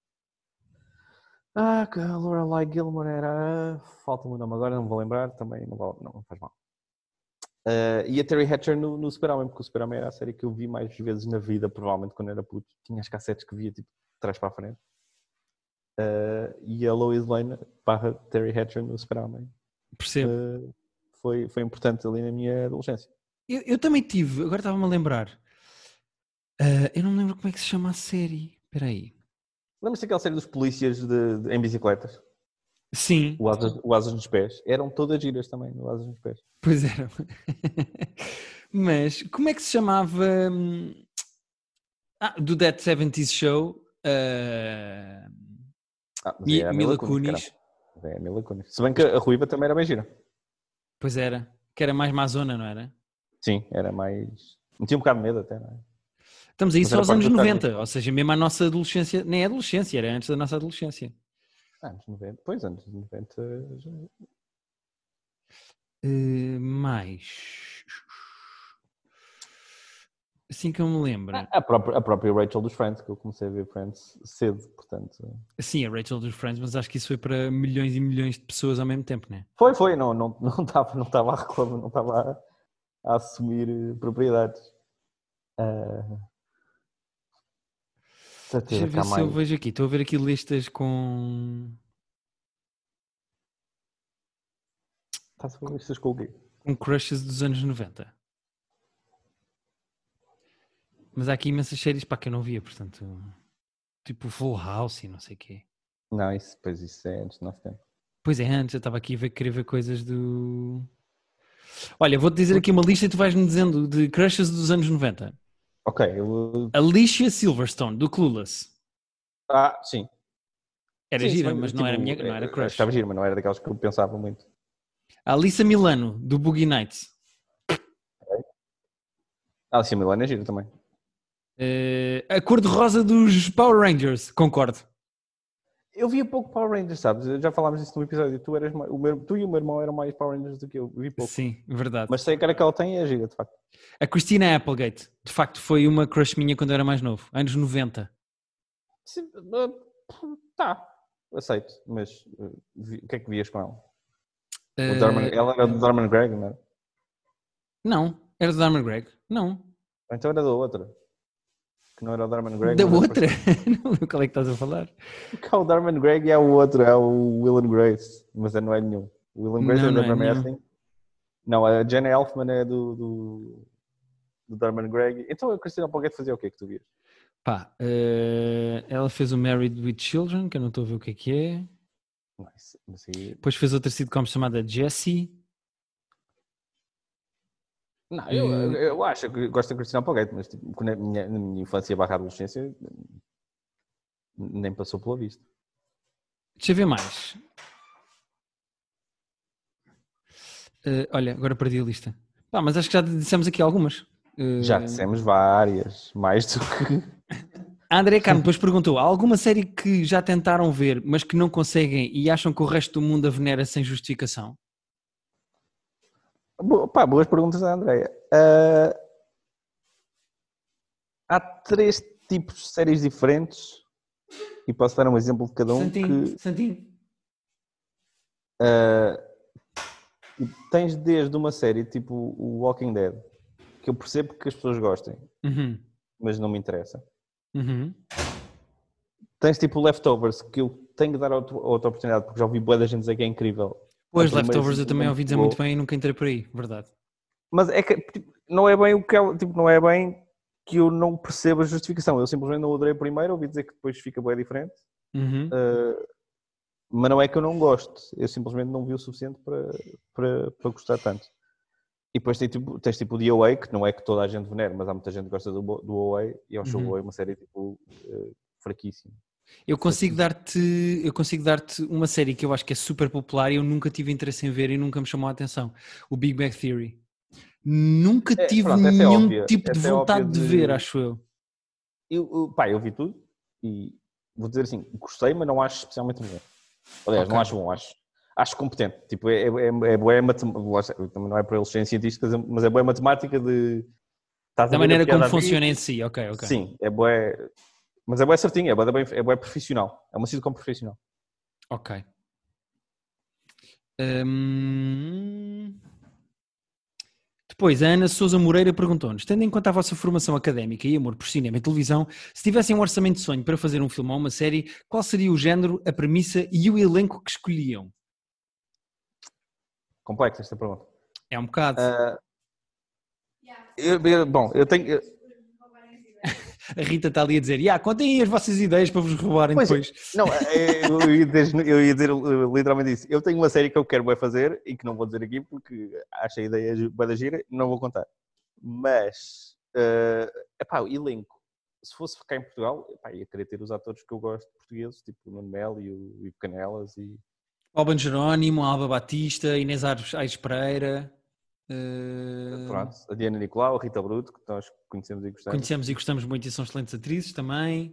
Ah, que a Lorelai Gilmore era. Falta-me o nome agora, não me vou lembrar. Também não, vale, não, não faz mal. Uh, e a Terry Hatcher no, no Super-Homem, porque o Super-Homem era a série que eu vi mais vezes na vida, provavelmente quando era puto. Tinha as cassetes que via tipo de trás para a frente. Uh, e a Lois Lane barra Terry Hatcher no Super-Homem Percebo. uh, foi, foi importante ali na minha adolescência. Eu, eu também tive, agora estava-me a lembrar. Uh, eu não me lembro como é que se chama a série. Espera aí. Lembras-te daquela série dos polícias de, de, em bicicletas? Sim, O Asas, o Asas nos Pés. Eram todas giras também, o Asas nos Pés. pois era. Mas como é que se chamava? hum, Ah, do That seventies Show. uh, Ah, mas Mi- é a Mila Mila Kunis, caramba. Kunis. Mas é a Mila Kunis. Se bem que a Ruiva também era bem gira. Pois era. Que era mais Mazona, não era? Sim, era mais... Metia um bocado de medo até, não é? Estamos aí Mas só era aos parte anos do charme. noventa, ou seja, mesmo a nossa adolescência, nem é adolescência, era antes da nossa adolescência. Ah, anos noventa. Pois, anos noventa... Já... Uh, mais. Assim que eu me lembro. Ah, a, própria, a própria Rachel dos Friends, que eu comecei a ver Friends cedo, portanto... Sim, a Rachel dos Friends, mas acho que isso foi para milhões e milhões de pessoas ao mesmo tempo, né? Foi, foi, não não não estava não estava a reclamar, não estava a, a assumir uh, propriedades. Uh, Deixa eu ver cá se eu mais. vejo aqui. Estou a ver aqui listas com. Está-se a ver estas com o quê? com crushes dos anos noventa. Mas há aqui imensas séries para que eu não via, portanto. Tipo Full House e não sei o quê. Não, isso, pois isso é antes do nosso tempo. Pois é, antes eu estava aqui a ver, querer ver coisas do. Olha, vou-te dizer aqui uma lista e tu vais-me dizendo de crushes dos anos noventa. Ok, eu... Alicia Silverstone, do Clueless. Ah, sim. Era Sim, se gira, bem, mas não era, minha, tipo, não era eh, crush. achava giro, mas não era daquelas que eu pensava muito. A Alissa Milano, do Boogie Nights. Ah, Alicia Milano é giro também. Uh, a cor-de-rosa dos Power Rangers, concordo. Eu via pouco Power Rangers, sabes? Já falámos disso no episódio. Tu, eras mais... o meu... tu e o meu irmão eram mais Power Rangers do que eu. Vi pouco. Sim, verdade. Mas sei a cara que ela tem e é gira, de facto. A Christina Applegate, de facto, foi uma crush minha quando eu era mais novo, anos noventa. Sim, uh, tá, aceito. Mas uh, vi... o que é que vias com ela? O Dorman... Uh, Ela era do Dorman Greg, não é? não, era do Dharma Greg. Não. Ou então era da outra. Que não era o Dorman Greg, Da mas era outra? parecido. Não, qual é que estás a falar? Porque o Dorman Greg é o outro, é o Will and Grace. Mas não é nenhum. O Will and Grace Não, é não da é nenhum. Everlasting. Não, a Jenna Elfman é do, do, do Dorman Greg. Então a Christina Applegate fazia o que é que tu vias? Pá, uh, ela fez o Married with Children, que eu não estou a ver o que é que é. Nice. Mas aí... Depois fez outra sitcom chamada Jessie. Não, eu, Uh, eu acho que gosto da Christina Applegate, mas tipo, na, minha, na minha infância barra adolescência nem passou pela vista. deixa eu ver mais. Uh, olha, agora perdi a lista. Pá, mas acho que já dissemos aqui algumas. Uh... Já dissemos várias, mais do que... A André Carmo depois perguntou, há alguma série que já tentaram ver, mas que não conseguem e acham que o resto do mundo a venera sem justificação? Boa, pá, boas perguntas da Andréia. Uh, há três tipos de séries diferentes e posso dar um exemplo de cada um. Santinho, que... Santinho. Uh, tens desde uma série tipo o Walking Dead, que eu percebo que as pessoas gostem, uhum. mas não me interessa. Uhum. Tens tipo Leftovers, que eu tenho que dar outra, outra oportunidade, porque já ouvi boa da gente dizer que é incrível. Pois, Leftovers eu também ouvi dizer muito bem e nunca entrei por aí, verdade. Mas é que tipo, não é bem o que ela, tipo, não é bem que eu não percebo a justificação. Eu simplesmente não adorei primeiro, ouvi dizer que depois fica bem diferente. Uhum. Uh, mas não é que eu não gosto, eu simplesmente não vi o suficiente para, para, para gostar tanto. E depois tens tipo, tens tipo o The O A, que não é que toda a gente venera, mas há muita gente que gosta do, do O A, e eu acho uhum. o O A uma série tipo uh, fraquíssima. Eu consigo dar-te, eu consigo dar-te uma série que eu acho que é super popular e eu nunca tive interesse em ver e nunca me chamou a atenção. O Big Bang Theory. Nunca é, tive pronto, nenhum é tipo de essa vontade é de... de ver, acho eu. Eu, eu. Pá, eu vi tudo e vou dizer assim, gostei, mas não acho especialmente bom. Aliás, okay. não acho bom, acho, acho competente. Tipo, é, é, é, é boa matemática, também não é para eles serem cientistas, mas é boa matemática de... Da maneira como funciona em si, ok, ok. Sim, é boa... Mas é boa certinho, é boa, é boa profissional. É uma sitcom profissional. Ok. Hum... Depois, a Ana Sousa Moreira perguntou-nos, tendo em conta a vossa formação académica e amor por cinema e televisão, se tivessem um orçamento de sonho para fazer um filme ou uma série, qual seria o género, a premissa e o elenco que escolhiam? Complexa esta pergunta. É um bocado. Uh... Eu, eu, bom, eu tenho... Eu... A Rita está ali a dizer, yeah, contem aí as vossas ideias para vos roubarem pois depois. É, não, eu ia, dizer, eu ia dizer literalmente isso. Eu tenho uma série que eu quero bem fazer e que não vou dizer aqui porque acho a ideia bem da gira, não vou contar. Mas, uh, epá, o elenco. Se fosse cá em Portugal, epá, ia querer ter os atores que eu gosto portugueses, tipo o Nuno Melo e o Ivo Canelas. E... Alban Jerónimo, Alba Batista, Inês Aires Pereira... Uh... Pronto, a Diana Nicolau, a Rita Bruto, que nós conhecemos e gostamos. Conhecemos e gostamos muito e são excelentes atrizes também.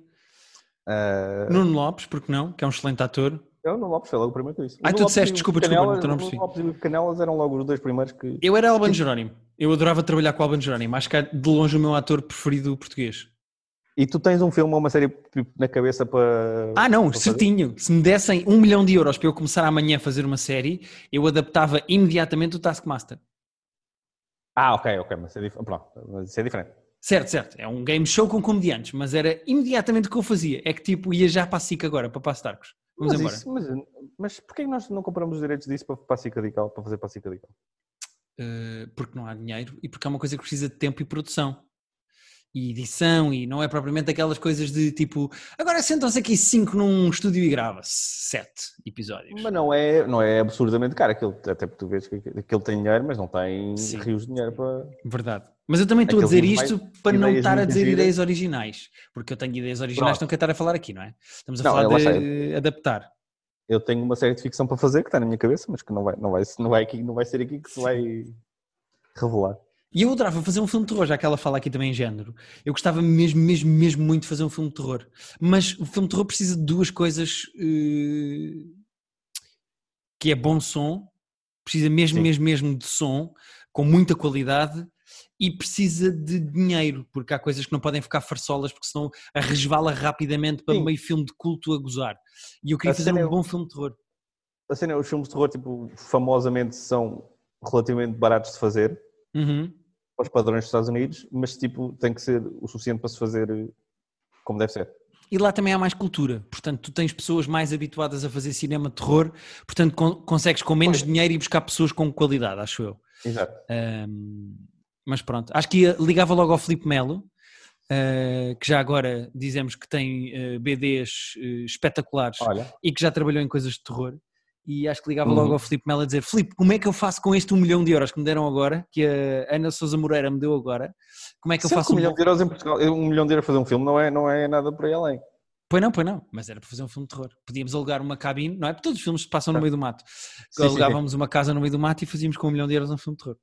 Uh... Nuno Lopes, porque não? Que é um excelente ator. Eu, Nuno Lopes, foi logo o primeiro que eu disse. Ah, tu disseste, desculpa, desculpa, desculpa, não percebi. Nuno Lopes e o Canelas eram logo os dois primeiros que... Eu era Alban Jerónimo. Eu adorava trabalhar com o Alban Jerónimo. Acho que é de longe o meu ator preferido português. E tu tens um filme ou uma série na cabeça para... Ah não, para certinho. Fazer? Se me dessem um milhão de euros para eu começar amanhã a fazer uma série, eu adaptava imediatamente o Taskmaster. Ah, ok, ok, mas é, dif... Pronto, mas isso é diferente. Certo, certo. É um game show com comediantes, mas era imediatamente o que eu fazia. É que tipo, ia já para a SIC agora, para Passo de Arcos. Vamos mas embora. Isso, mas, mas porquê nós não compramos os direitos disso para, para a SIC Radical, para fazer para a SIC Radical? Uh, porque não há dinheiro e porque é uma coisa que precisa de tempo e produção. E edição, e não é propriamente aquelas coisas de tipo, agora sentam-se aqui cinco num estúdio e grava-se sete episódios. Mas não é, não é absurdamente caro, aquilo, até porque tu vês que aquilo tem dinheiro, mas não tem Sim. rios de dinheiro para... Verdade. Mas eu também estou a dizer isto para não estar a dizer giras. ideias originais, porque eu tenho ideias originais que não quero estar a falar aqui, não é? Estamos a não, falar de sei. adaptar. Eu tenho uma série de ficção para fazer que está na minha cabeça, mas que não vai, não vai, não vai, aqui, não vai ser aqui que se vai revelar. E eu adorava fazer um filme de terror, já que ela fala aqui também em género. Eu gostava mesmo, mesmo, mesmo muito de fazer um filme de terror. Mas o filme de terror precisa de duas coisas, uh, que é bom som, precisa mesmo, Sim. mesmo, mesmo de som, com muita qualidade, e precisa de dinheiro, porque há coisas que não podem ficar farsolas, porque senão a resvala rapidamente para Sim. meio filme de culto a gozar. E eu queria a fazer um é... bom filme de terror. A cena é, os filmes de terror, tipo, famosamente são relativamente baratos de fazer, uhum. aos padrões dos Estados Unidos, mas tipo, tem que ser o suficiente para se fazer como deve ser. E lá também há mais cultura, portanto tu tens pessoas mais habituadas a fazer cinema de terror, portanto con- consegues com menos pois. dinheiro ir buscar pessoas com qualidade, acho eu. Exato. Um, mas pronto, acho que ia, ligava logo ao Filipe Melo, uh, que já agora dizemos que tem uh, B Ds uh, espetaculares Olha. e que já trabalhou em coisas de terror. E acho que ligava uhum. logo ao Filipe Melo a dizer: Filipe, como é que eu faço com este um milhão de euros que me deram agora, que a Ana Sousa Moreira me deu agora? Como é que eu Sempre faço um milhão de euros em Portugal? Um milhão de euros fazer um filme não é, não é nada por aí além. Pois não, pois não, mas era para fazer um filme de terror. Podíamos alugar uma cabine, não é? Porque todos os filmes se passam no meio do mato. Sim, Alugávamos sim, sim. uma casa no meio do mato e fazíamos com um milhão de euros um filme de terror.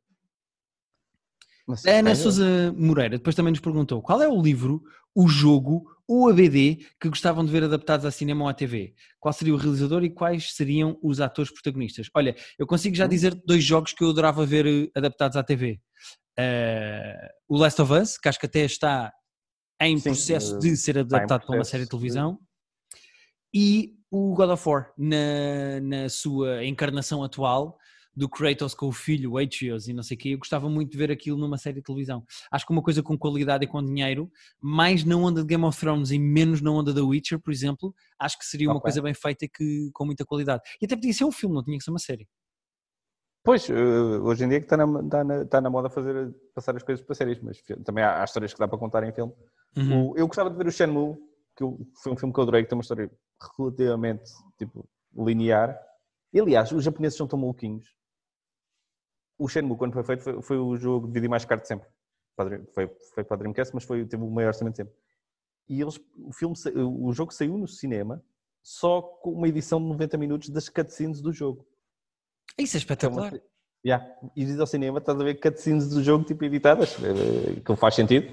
Mas, A Ana ok, Sousa Moreira depois também nos perguntou qual é o livro, o jogo ou a B D que gostavam de ver adaptados a cinema ou à T V? Qual seria o realizador e quais seriam os atores protagonistas? Olha, eu consigo já Hum? dizer dois jogos que eu adorava ver eh, adaptados à T V. Uh, o Last of Us, que acho que até está em Sim, processo uh, de ser está em adaptado para uma série de processo de... televisão. E o God of War, na, na sua encarnação atual, do Kratos com o filho, o Atreus e não sei o quê, eu gostava muito de ver aquilo numa série de televisão. Acho que uma coisa com qualidade e com dinheiro, mais na onda de Game of Thrones e menos na onda da Witcher, por exemplo, acho que seria uma Ok. coisa bem feita e que, com muita qualidade. E até podia ser um filme, não tinha que ser uma série. Pois, uh, hoje em dia é que está na, está, na, está na moda fazer, passar as coisas para séries, mas também há, há histórias que dá para contar em filme. Uhum. O, eu gostava de ver o Shenmue, que eu, foi um filme que eu adorei, que tem uma história relativamente tipo, linear. E aliás, os japoneses são tão maluquinhos. O Shenmue, quando foi feito, foi, foi o jogo de vídeo mais caro de sempre. Foi, foi para a Dreamcast, mas foi, teve o maior orçamento de sempre. E eles, o, filme, o jogo saiu no cinema só com uma edição de noventa minutos das cutscenes do jogo. Isso é espetacular. Então, yeah, ir ao cinema, estás a ver cutscenes do jogo tipo editadas, que faz sentido.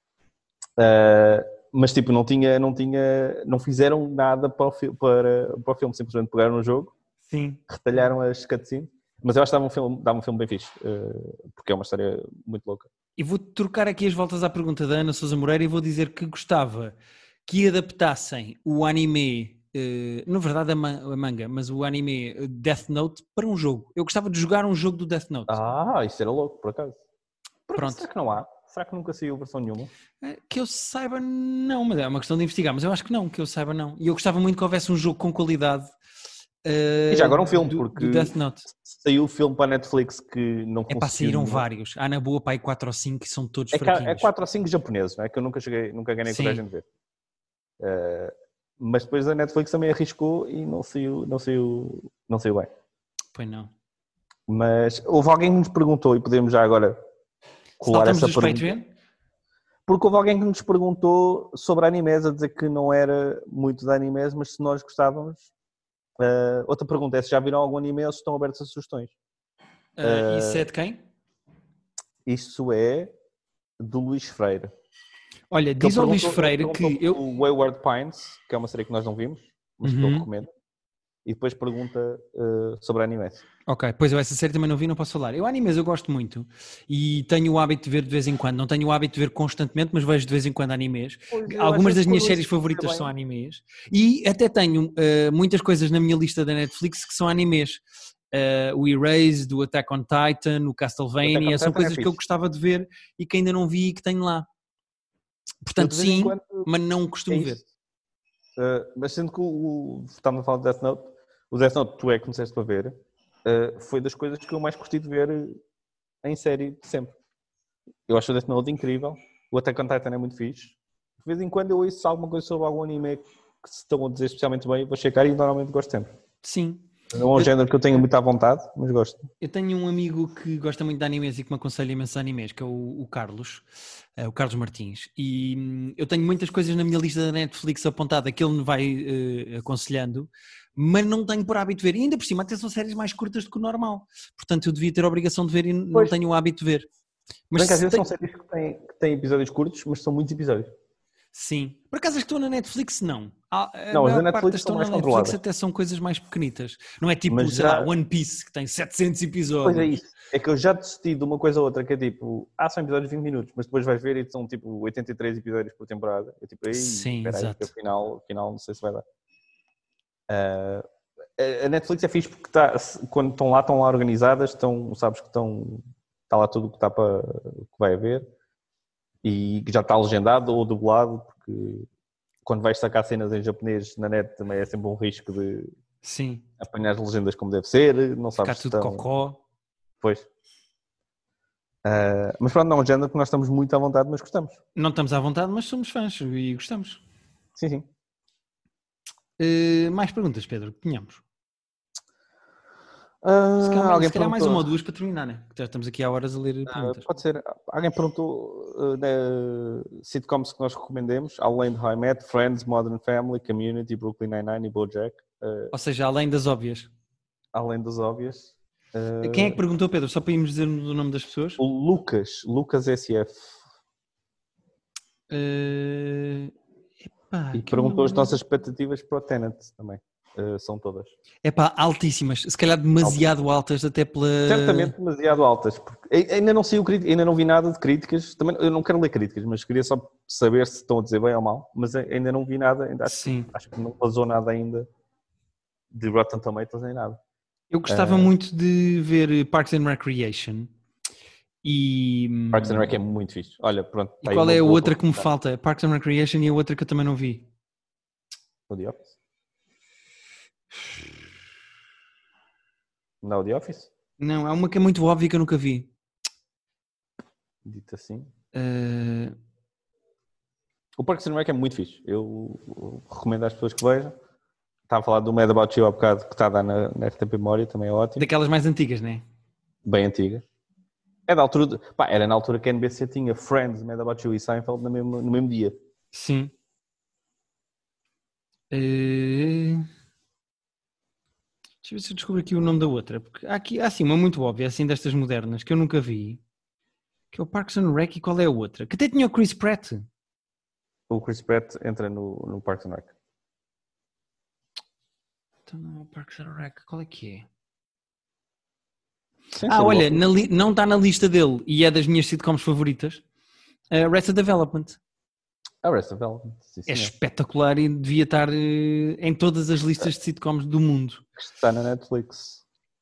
Uh, mas tipo, não tinha, não tinha, não fizeram nada para o, para, para o filme, simplesmente pegaram no jogo, Sim. retalharam as cutscenes. Mas eu acho que dava um filme, dava um filme bem fixe, uh, porque é uma história muito louca. E vou trocar aqui as voltas à pergunta da Ana Sousa Moreira e vou dizer que gostava que adaptassem o anime, uh, na verdade a, man- a manga, mas o anime Death Note para um jogo. Eu gostava de jogar um jogo do Death Note. Ah, isso era louco, por acaso. Por acaso, Pronto. será que não há? Será que nunca saiu versão nenhuma? Que eu saiba, não, mas é uma questão de investigar, mas eu acho que não, que eu saiba, não. E eu gostava muito que houvesse um jogo com qualidade uh, E já agora um filme, do, porque do Death Note. saiu o filme para a Netflix que não É pá, conseguiu saíram nenhum. vários. Há na boa, pá, aí quatro ou cinco que são todos É, que há- fraquinhos. é quatro ou cinco japoneses, não é? Que eu nunca cheguei, nunca ganhei Sim. coragem de ver. Uh, mas depois a Netflix também arriscou e não saiu, não saiu, não saiu bem. Pois não. Mas houve alguém que nos perguntou, e podemos já agora colar Saltamos essa dos pergunta. Patreon? Porque houve alguém que nos perguntou sobre animes, a dizer que não era muito de animes, mas se nós gostávamos. Uh, outra pergunta é se já viram algum anime ou se estão abertos a sugestões. Uh, uh, isso é de quem? Isso é do Luís Freire. Olha, Que diz ao Luís perguntou, Freire que eu... O Wayward Pines, que é uma série que nós não vimos, mas uhum. que eu recomendo. E depois pergunta uh, sobre animes. Ok, pois eu essa série também não vi, não posso falar. Eu animes eu gosto muito e tenho o hábito de ver de vez em quando. Não tenho o hábito de ver constantemente, mas vejo de vez em quando animes. Pois, algumas das minhas séries favoritas são animes. E até tenho uh, muitas coisas na minha lista da Netflix que são animes. Uh, o Erased, o Attack on Titan, o Castlevania, são coisas é que eu gostava de ver e que ainda não vi e que tenho lá. Portanto, sim, quando... mas não costumo é ver. Uh, mas sendo que o, o, estamos a falar de Death Note, o Death Note tu é que começaste para ver, uh, foi das coisas que eu mais curti de ver em série de sempre. Eu acho o Death Note incrível, o Attack on Titan é muito fixe. De vez em quando eu ouço alguma coisa sobre algum anime que se estão a dizer especialmente bem, vou checar e normalmente gosto sempre. Sim. É um eu, género que eu tenho muita vontade, mas gosto. Eu tenho um amigo que gosta muito de animes e que me aconselha imenso animes, que é o, o Carlos, uh, o Carlos Martins. E hum, eu tenho muitas coisas na minha lista da Netflix apontada que ele me vai uh, aconselhando, mas não tenho por hábito de ver. E ainda por cima até são séries mais curtas do que o normal. Portanto, eu devia ter a obrigação de ver e pois. Não tenho o hábito de ver. Mas às vezes tem... são séries que têm, que têm episódios curtos, mas são muitos episódios. Sim. Por acaso as que estão na Netflix, não. A, a não, maior as da parte das que estão na Netflix até são coisas mais pequenitas. Não é tipo, mas sei já... lá, One Piece, que tem setecentos episódios. Pois é isso. É que eu já desisti de uma coisa ou outra, que é tipo, ah, são episódios de vinte minutos, mas depois vais ver e são tipo oitenta e três episódios por temporada. Eu tipo, ei, sim, exato. Aí, que afinal, afinal não sei se vai dar. Uh, a Netflix é fixe porque tá, quando estão lá, estão lá organizadas, estão, sabes que estão, está lá tudo o que, está para, que vai haver e já está legendado ou dublado, porque quando vais sacar cenas em japonês na net também é sempre um risco de Sim. apanhar as legendas como deve ser, não Ficar sabes tudo estão... cocó. Pois. Uh, mas pronto, não é um género que nós estamos muito à vontade, mas gostamos. Não estamos à vontade, mas somos fãs e gostamos. Sim, sim. Uh, mais perguntas, Pedro, que tínhamos? Uh, Se calhar, alguém se calhar mais perguntou- uma ou duas para terminar, né? Já estamos aqui há horas a ler Uh, perguntas. pode ser. Alguém perguntou uh, de sitcoms que nós recomendemos, além de How I Met, Friends, Modern Family, Community, Brooklyn Nine-Nine e BoJack, uh, Ou seja, além das óbvias. além das óbvias. Uh, Quem é que perguntou, Pedro? Só para irmos dizer o nome das pessoas? O Lucas, Lucas S F, Uh... Epá, e que eu perguntou não as lembro. nossas expectativas para o Tenet também. Uh, são todas. Epá, altíssimas. Se calhar demasiado altas até pela... Certamente demasiado altas. Porque ainda não saiu crítica, ainda não vi nada de críticas. Também eu não quero ler críticas, mas queria só saber se estão a dizer bem ou mal. Mas ainda não vi nada, ainda acho, Sim. acho que não vazou nada ainda de Rotten Tomatoes nem nada. Eu gostava Uh, muito de ver Parks and Recreation. E... Parks and Rec é muito fixe. Olha, pronto. E qual é a outra que me falta? Parks and Recreation e a outra que eu também não vi. O The Office? Não, o The Office? Não, é uma que é muito óbvia que eu nunca vi. Dito assim. Uh... O Parks and Rec é muito fixe. Eu, eu recomendo às pessoas que vejam. Estava a falar do Mad About You há bocado, que está a dar na, na R T P Memória, também é ótimo. Daquelas mais antigas, não é? Bem antiga. É da altura... De, pá, era na altura que a N B C tinha Friends, Mad About You e Seinfeld no mesmo, no mesmo dia. Sim. Uh... Deixa eu ver se eu descubro aqui o nome da outra. Porque há aqui há assim uma muito óbvia, assim destas modernas, que eu nunca vi. Que é o Parks and Rec, e qual é a outra? Que até tinha o Chris Pratt. O Chris Pratt entra no, no Parks and Rec. Então não é o Parks and Rec, qual é que é? Sim, Ah, sim, olha, bom. na li... não está na lista dele e é das minhas sitcoms favoritas. Uh, Arrested Development. Arrested Development. Sim, É senhor. espetacular e devia estar uh, em todas as listas de sitcoms do mundo. Está na Netflix.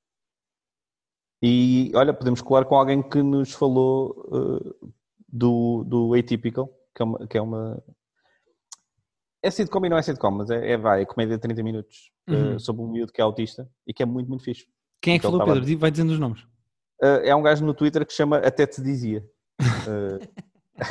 E olha, podemos colar com alguém que nos falou uh, do, do Atypical, que é uma, que é uma... É sitcom e não é sitcom, mas é, é, vai, é comédia de trinta minutos Uhum. uh, sobre um miúdo que é autista e que é muito, muito fixe. Quem é que Então, falou, estava- Pedro? Vai dizendo os nomes. Uh, é um gajo no Twitter que chama Até Te Dizia. Uh,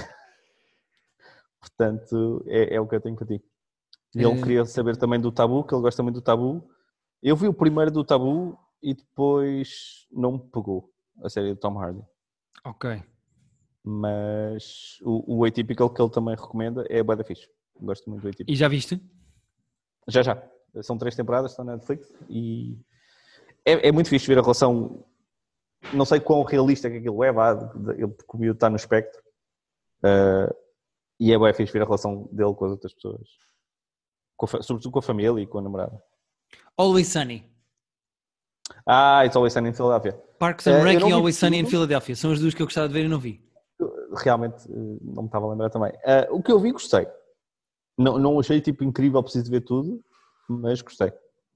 portanto, é, é o que eu tenho para ti. E ele É. queria saber também do Tabu, que ele gosta muito do Tabu. Eu vi o primeiro do Tabu e depois não me pegou a série do Tom Hardy. Ok. Mas o, o Atypical que ele também recomenda é bué da fixe. Gosto muito do Atypical. E já viste? Já, já. São três temporadas, estão na Netflix e é, é muito fixe ver a relação. Não sei quão realista que aquilo é, vá, ele, porque o miúdo está no espectro. Uh, e é bué fixe ver a relação dele com as outras pessoas. Com a, sobretudo com a família e com a namorada. Always Sunny. Ah, It's Always Sunny in Philadelphia. Parks and Uh, Rec eu não e vi Always Sunny in tudo. Philadelphia. São as duas que eu gostava de ver e não vi. Realmente uh, não me estava a lembrar também. Uh, o que eu vi, gostei. Não, não achei tipo incrível, preciso de ver tudo, mas gostei.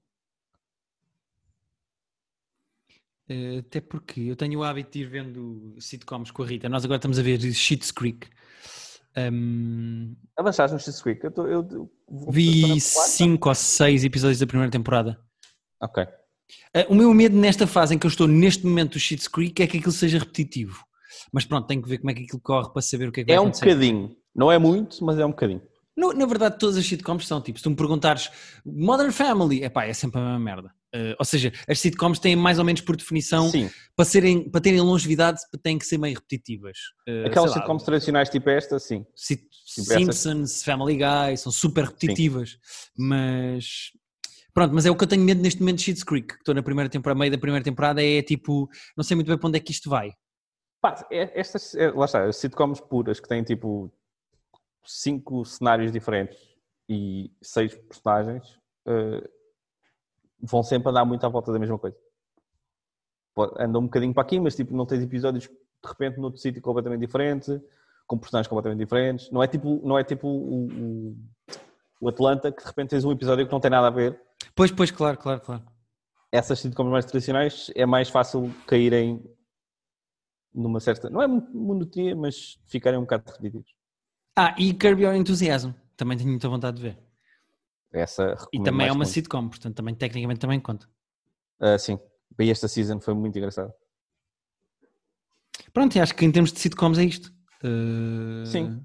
Uh, até porque eu tenho o hábito de ir vendo sitcoms com a Rita. Nós agora estamos a ver Schitt's Creek. Um, Avançaste no Schitt's Creek? Eu, tô, eu, eu vou vi cinco ou seis episódios da primeira temporada. Ok. Uh, o meu medo nesta fase em que eu estou neste momento do Schitt's Creek é que aquilo seja repetitivo. Mas pronto, tenho que ver como é que aquilo corre para saber o que é que vai É um acontecer. bocadinho. Não é muito, mas é um bocadinho. No, na verdade, todas as sitcoms são tipo, se tu me perguntares Modern Family, epá, é sempre a mesma merda. Uh, ou seja, as sitcoms têm mais ou menos por definição, Sim. para, serem, para terem longevidade, têm que ser meio repetitivas. Uh, Aquelas sei lá, sitcoms tradicionais tipo esta, sim. Sit- Tipo essas. Simpsons, Family Guy, são super repetitivas. Mas pronto, mas é o que eu tenho medo neste momento de Schitt's Creek, que estou na primeira temporada, meio da primeira temporada, é tipo, não sei muito bem para onde é que isto vai. Pá, é- estas, é- lá está, as sitcoms puras que têm tipo cinco cenários diferentes e seis personagens uh, vão sempre andar muito à volta da mesma coisa. Pode- Andam um bocadinho para aqui, mas tipo, não tens episódios de repente noutro sítio completamente diferente, com personagens completamente diferentes. Não é tipo, não é tipo o, o, o Atlanta, que de repente tens um episódio que não tem nada a ver. Pois, pois, claro, claro, claro. Essas sitcoms mais tradicionais é mais fácil caírem numa certa... Não é monotonia, mas ficarem um bocado repetitivos. Ah, e Curb Your Enthusiasm, também tenho muita vontade de ver. Essa E recomendo também mais é uma que muito. sitcom, portanto também tecnicamente também conta. Uh, sim, e esta season foi muito engraçada. Pronto, e acho que em termos de sitcoms é isto. Uh... Sim.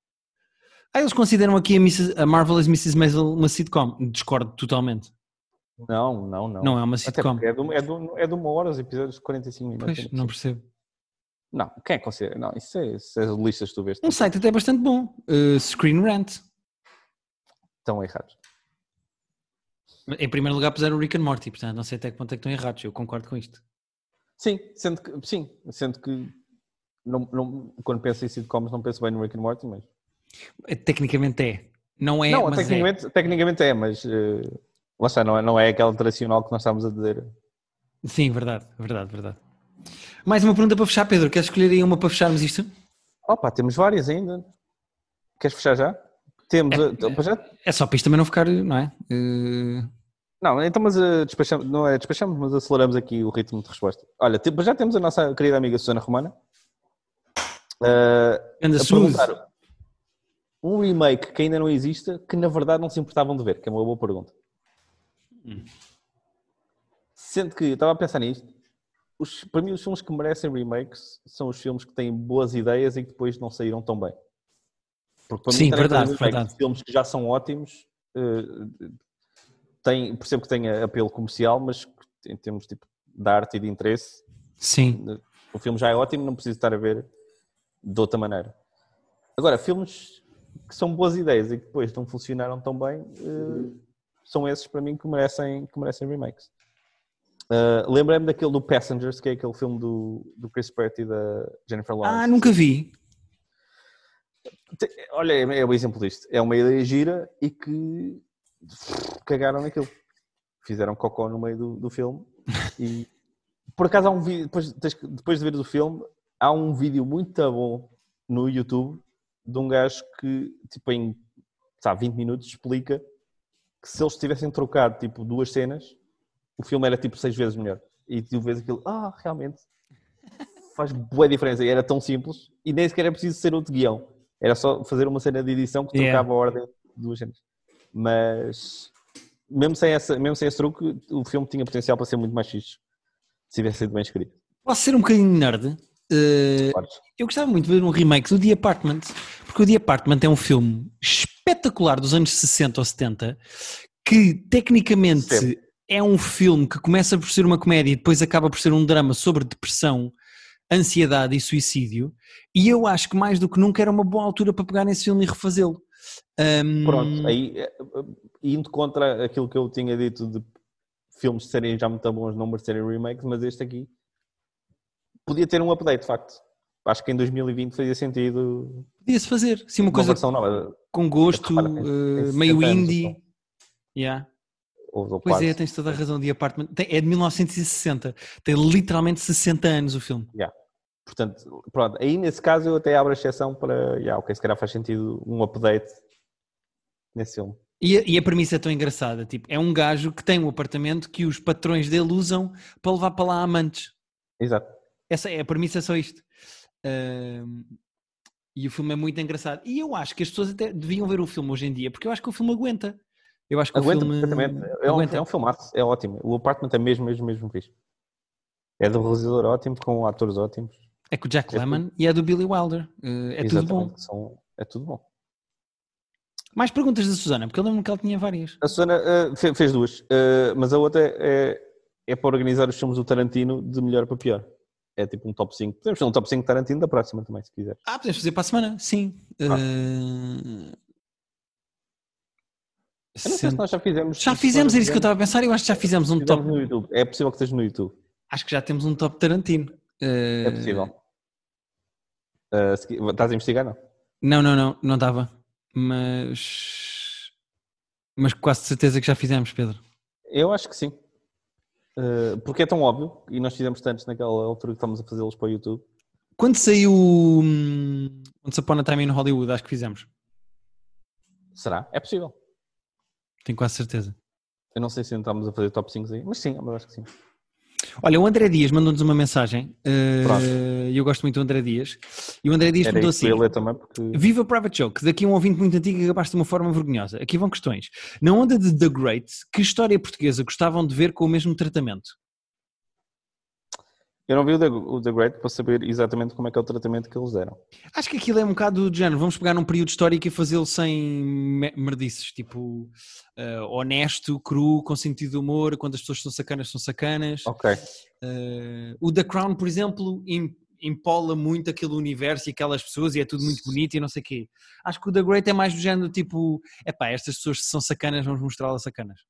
Ah, eles consideram aqui a, Missus a Marvelous missus Maisel uma sitcom. Discordo totalmente. Não, não, não. Não é uma Até sitcom. porque é de, é, de, é de uma hora os episódios de quarenta e cinco minutos. Pois, não percebo. Não, quem é que considera? Não, isso é, isso é as listas que tu vês. Um site até bastante bom. Uh, Screen Rant. Estão errados. Em primeiro lugar puseram o Rick and Morty, portanto não sei até que ponto é que estão errados. Eu concordo com isto. Sim, sendo que, sim, sendo que não, não, quando penso em sitcoms não penso bem no Rick and Morty, mas... Tecnicamente é. Não é, não, mas tecnicamente é. Tecnicamente é, mas... Uh, lá está, não é, não é aquela tradicional que nós estávamos a dizer. Sim, verdade, verdade, verdade. Mais uma pergunta para fechar, Pedro. Queres escolher aí uma para fecharmos isto? Opa, temos várias ainda. Queres fechar já? Temos... É, uh, já? é só para isto também não ficar, não é? Uh... Não, então mas uh, despachamos, não é despachamos, mas aceleramos aqui o ritmo de resposta. Olha, tipo, já temos a nossa querida amiga Susana Romana uh, a perguntar um remake que ainda não existe, que na verdade não se importavam de ver, que é uma boa pergunta. Hum. Sendo que, eu estava a pensar nisto, os, para mim os filmes que merecem remakes são os filmes que têm boas ideias e que depois não saíram tão bem. Porque para Sim, mim, verdade, remake, verdade. filmes que já são ótimos... Uh, Tem, percebo que tenha apelo comercial, mas em termos tipo, de arte e de interesse, sim. O filme já é ótimo, não preciso estar a ver de outra maneira. Agora, filmes que são boas ideias e que depois não funcionaram tão bem, uh, são esses para mim que merecem, que merecem remakes. Uh, lembrei-me daquele do Passengers, que é aquele filme do, do Chris Pratt e da Jennifer Lawrence. Ah, nunca vi. Olha, é o exemplo disto. É uma ideia gira e que cagaram naquilo. Fizeram cocó no meio do, do filme. E por acaso há um vídeo, depois, depois de ver o filme, há um vídeo muito bom no YouTube de um gajo que, tipo, em sabe, vinte minutos explica que se eles tivessem trocado tipo duas cenas, o filme era tipo seis vezes melhor. E tu vês aquilo, ah, realmente faz boa diferença. E era tão simples e nem sequer era preciso ser outro guião. Era só fazer uma cena de edição que trocava yeah. a ordem de duas cenas. Mas mesmo sem, essa, mesmo sem esse truque, o filme tinha potencial para ser muito mais fixe se tivesse sido bem escrito. Posso ser um bocadinho nerd? Uh, eu gostava muito de ver um remake do The Apartment, porque o The Apartment é um filme espetacular dos anos sessenta ou setenta, que tecnicamente Sempre. é um filme que começa por ser uma comédia e depois acaba por ser um drama sobre depressão, ansiedade e suicídio, e eu acho que mais do que nunca era uma boa altura para pegar nesse filme e refazê-lo. Um... Pronto, aí indo contra aquilo que eu tinha dito de filmes serem já muito bons, não merecerem remakes, mas este aqui podia ter um update, de facto. Acho que em dois mil e vinte fazia sentido. Podia-se fazer, sim, uma, uma coisa versão nova. Com gosto, repara, tem, uh, tem meio indie. Anos, yeah. ou, ou pois quase. é, tens toda a razão. The Apartment tem, é de mil novecentos e sessenta, tem literalmente sessenta anos o filme. Yeah. Portanto, pronto, aí nesse caso eu até abro a exceção para, yeah, ok, se calhar faz sentido um update nesse filme. E a, e a premissa é tão engraçada, tipo, é um gajo que tem um apartamento que os patrões dele usam para levar para lá amantes. Exato. Essa é a premissa, é só isto. Uh, e o filme é muito engraçado. E eu acho que as pessoas até deviam ver o filme hoje em dia, porque eu acho que o filme aguenta. Eu acho que aguenta o filme perfeitamente. É um, aguenta. É um filmaço, é ótimo. O Apartment é mesmo, mesmo, mesmo fixe. É do realizador ótimo, com atores ótimos. É com o Jack é Lemmon tudo. E é do Billy Wilder. Uh, é Exatamente, tudo bom. São, é tudo bom. Mais perguntas da Susana, porque eu lembro-me que ela tinha várias. A Susana uh, fez, fez duas, uh, mas a outra é, é para organizar os filmes do Tarantino de melhor para pior. É tipo um top cinco. Podemos fazer um top cinco Tarantino da próxima também, se quiser. Ah, podemos fazer para a semana, sim. Ah. Uh... Eu não sei se nós já fizemos. Já fizemos, é isso que eu estava a pensar. Eu acho que já fizemos um fizemos top. No YouTube. É possível que esteja no YouTube. Acho que já temos um top Tarantino. Uh... É possível. Uh, se... Estás a investigar, não? Não, não, não. Não estava. Mas. Mas quase de certeza que já fizemos, Pedro. Eu acho que sim. Uh, porque é tão óbvio. E nós fizemos tantos naquela altura que estamos a fazê-los para o YouTube. Quando saiu um, Once Upon a Time in Hollywood, acho que fizemos. Será? É possível. Tenho quase certeza. Eu não sei se estamos a fazer top cinco aí, mas sim, mas acho que sim. Olha, o André Dias mandou-nos uma mensagem. E uh, eu gosto muito do André Dias. E o André Dias perguntou assim: porque... Viva Private Joke, daqui um ouvinte muito antigo e acabaste de uma forma vergonhosa. Aqui vão questões. Na onda de The Great, que história portuguesa gostavam de ver com o mesmo tratamento? Eu não vi o The, o The Great para saber exatamente como é que é o tratamento que eles deram. Acho que aquilo é um bocado do género, vamos pegar num período histórico e fazê-lo sem merdices, tipo, uh, honesto, cru, com sentido de humor, quando as pessoas são sacanas, são sacanas. Ok. Uh, o The Crown, por exemplo, empola muito aquele universo e aquelas pessoas e é tudo muito bonito e não sei o quê. Acho que o The Great é mais do género, tipo, epá, estas pessoas que são sacanas, vamos mostrá-las sacanas.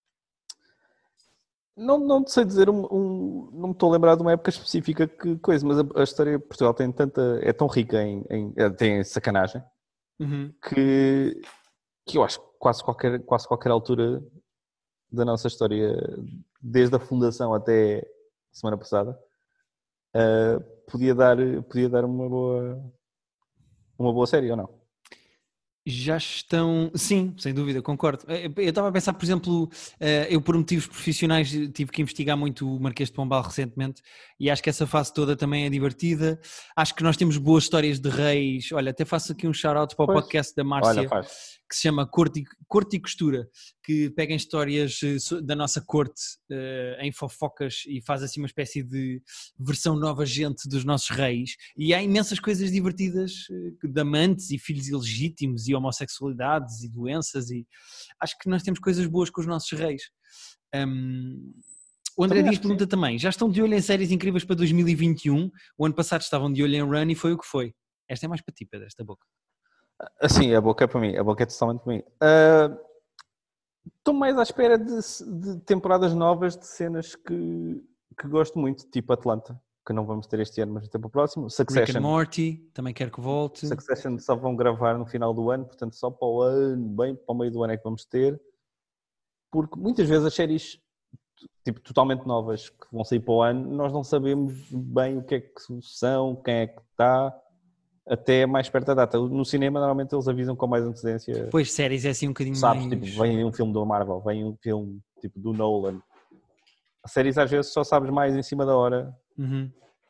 Não, não te sei dizer, um, um, não me estou a lembrar de uma época específica que coisa, mas a, a história de Portugal tem tanta, é tão rica em, em tem sacanagem, uhum. que, que eu acho que quase qualquer, quase qualquer altura da nossa história, desde a fundação até a semana passada, uh, podia dar, podia dar uma boa, uma boa série ou não? Já estão, sim, sem dúvida, concordo. Eu estava a pensar, por exemplo, eu por motivos profissionais tive que investigar muito o Marquês de Pombal recentemente e acho que essa fase toda também é divertida. Acho que nós temos boas histórias de reis. Olha, até faço aqui um shout-out para o Pois. podcast da Márcia, Olha, faz. que se chama Corte e, Corte e Costura, que pega em histórias da nossa corte em fofocas e faz assim uma espécie de versão nova gente dos nossos reis. E há imensas coisas divertidas de amantes e filhos ilegítimos e homossexualidades e doenças e acho que nós temos coisas boas com os nossos reis. Um, o André Dias pergunta também, já estão de olho em séries incríveis para dois mil e vinte e um? O ano passado estavam de olho em Run e foi o que foi. Esta é mais para ti, Pedro, esta boca. Assim, a boca é para mim, a boca é totalmente para mim. Uh, estou mais à espera de, de temporadas novas de cenas que, que gosto muito, tipo Atlanta, que não vamos ter este ano, mas até para o próximo. Succession. Rick and Morty, também quero que volte. Succession só vão gravar no final do ano, portanto só para o ano, bem para o meio do ano é que vamos ter. Porque muitas vezes as séries tipo, totalmente novas que vão sair para o ano, nós não sabemos bem o que é que são, quem é que está, até mais perto da data. No cinema normalmente eles avisam com mais antecedência. Pois, séries é assim um bocadinho sabes, mais... tipo, vem um filme do Marvel, vem um filme tipo do Nolan. As séries às vezes só sabes mais em cima da hora. Uhum.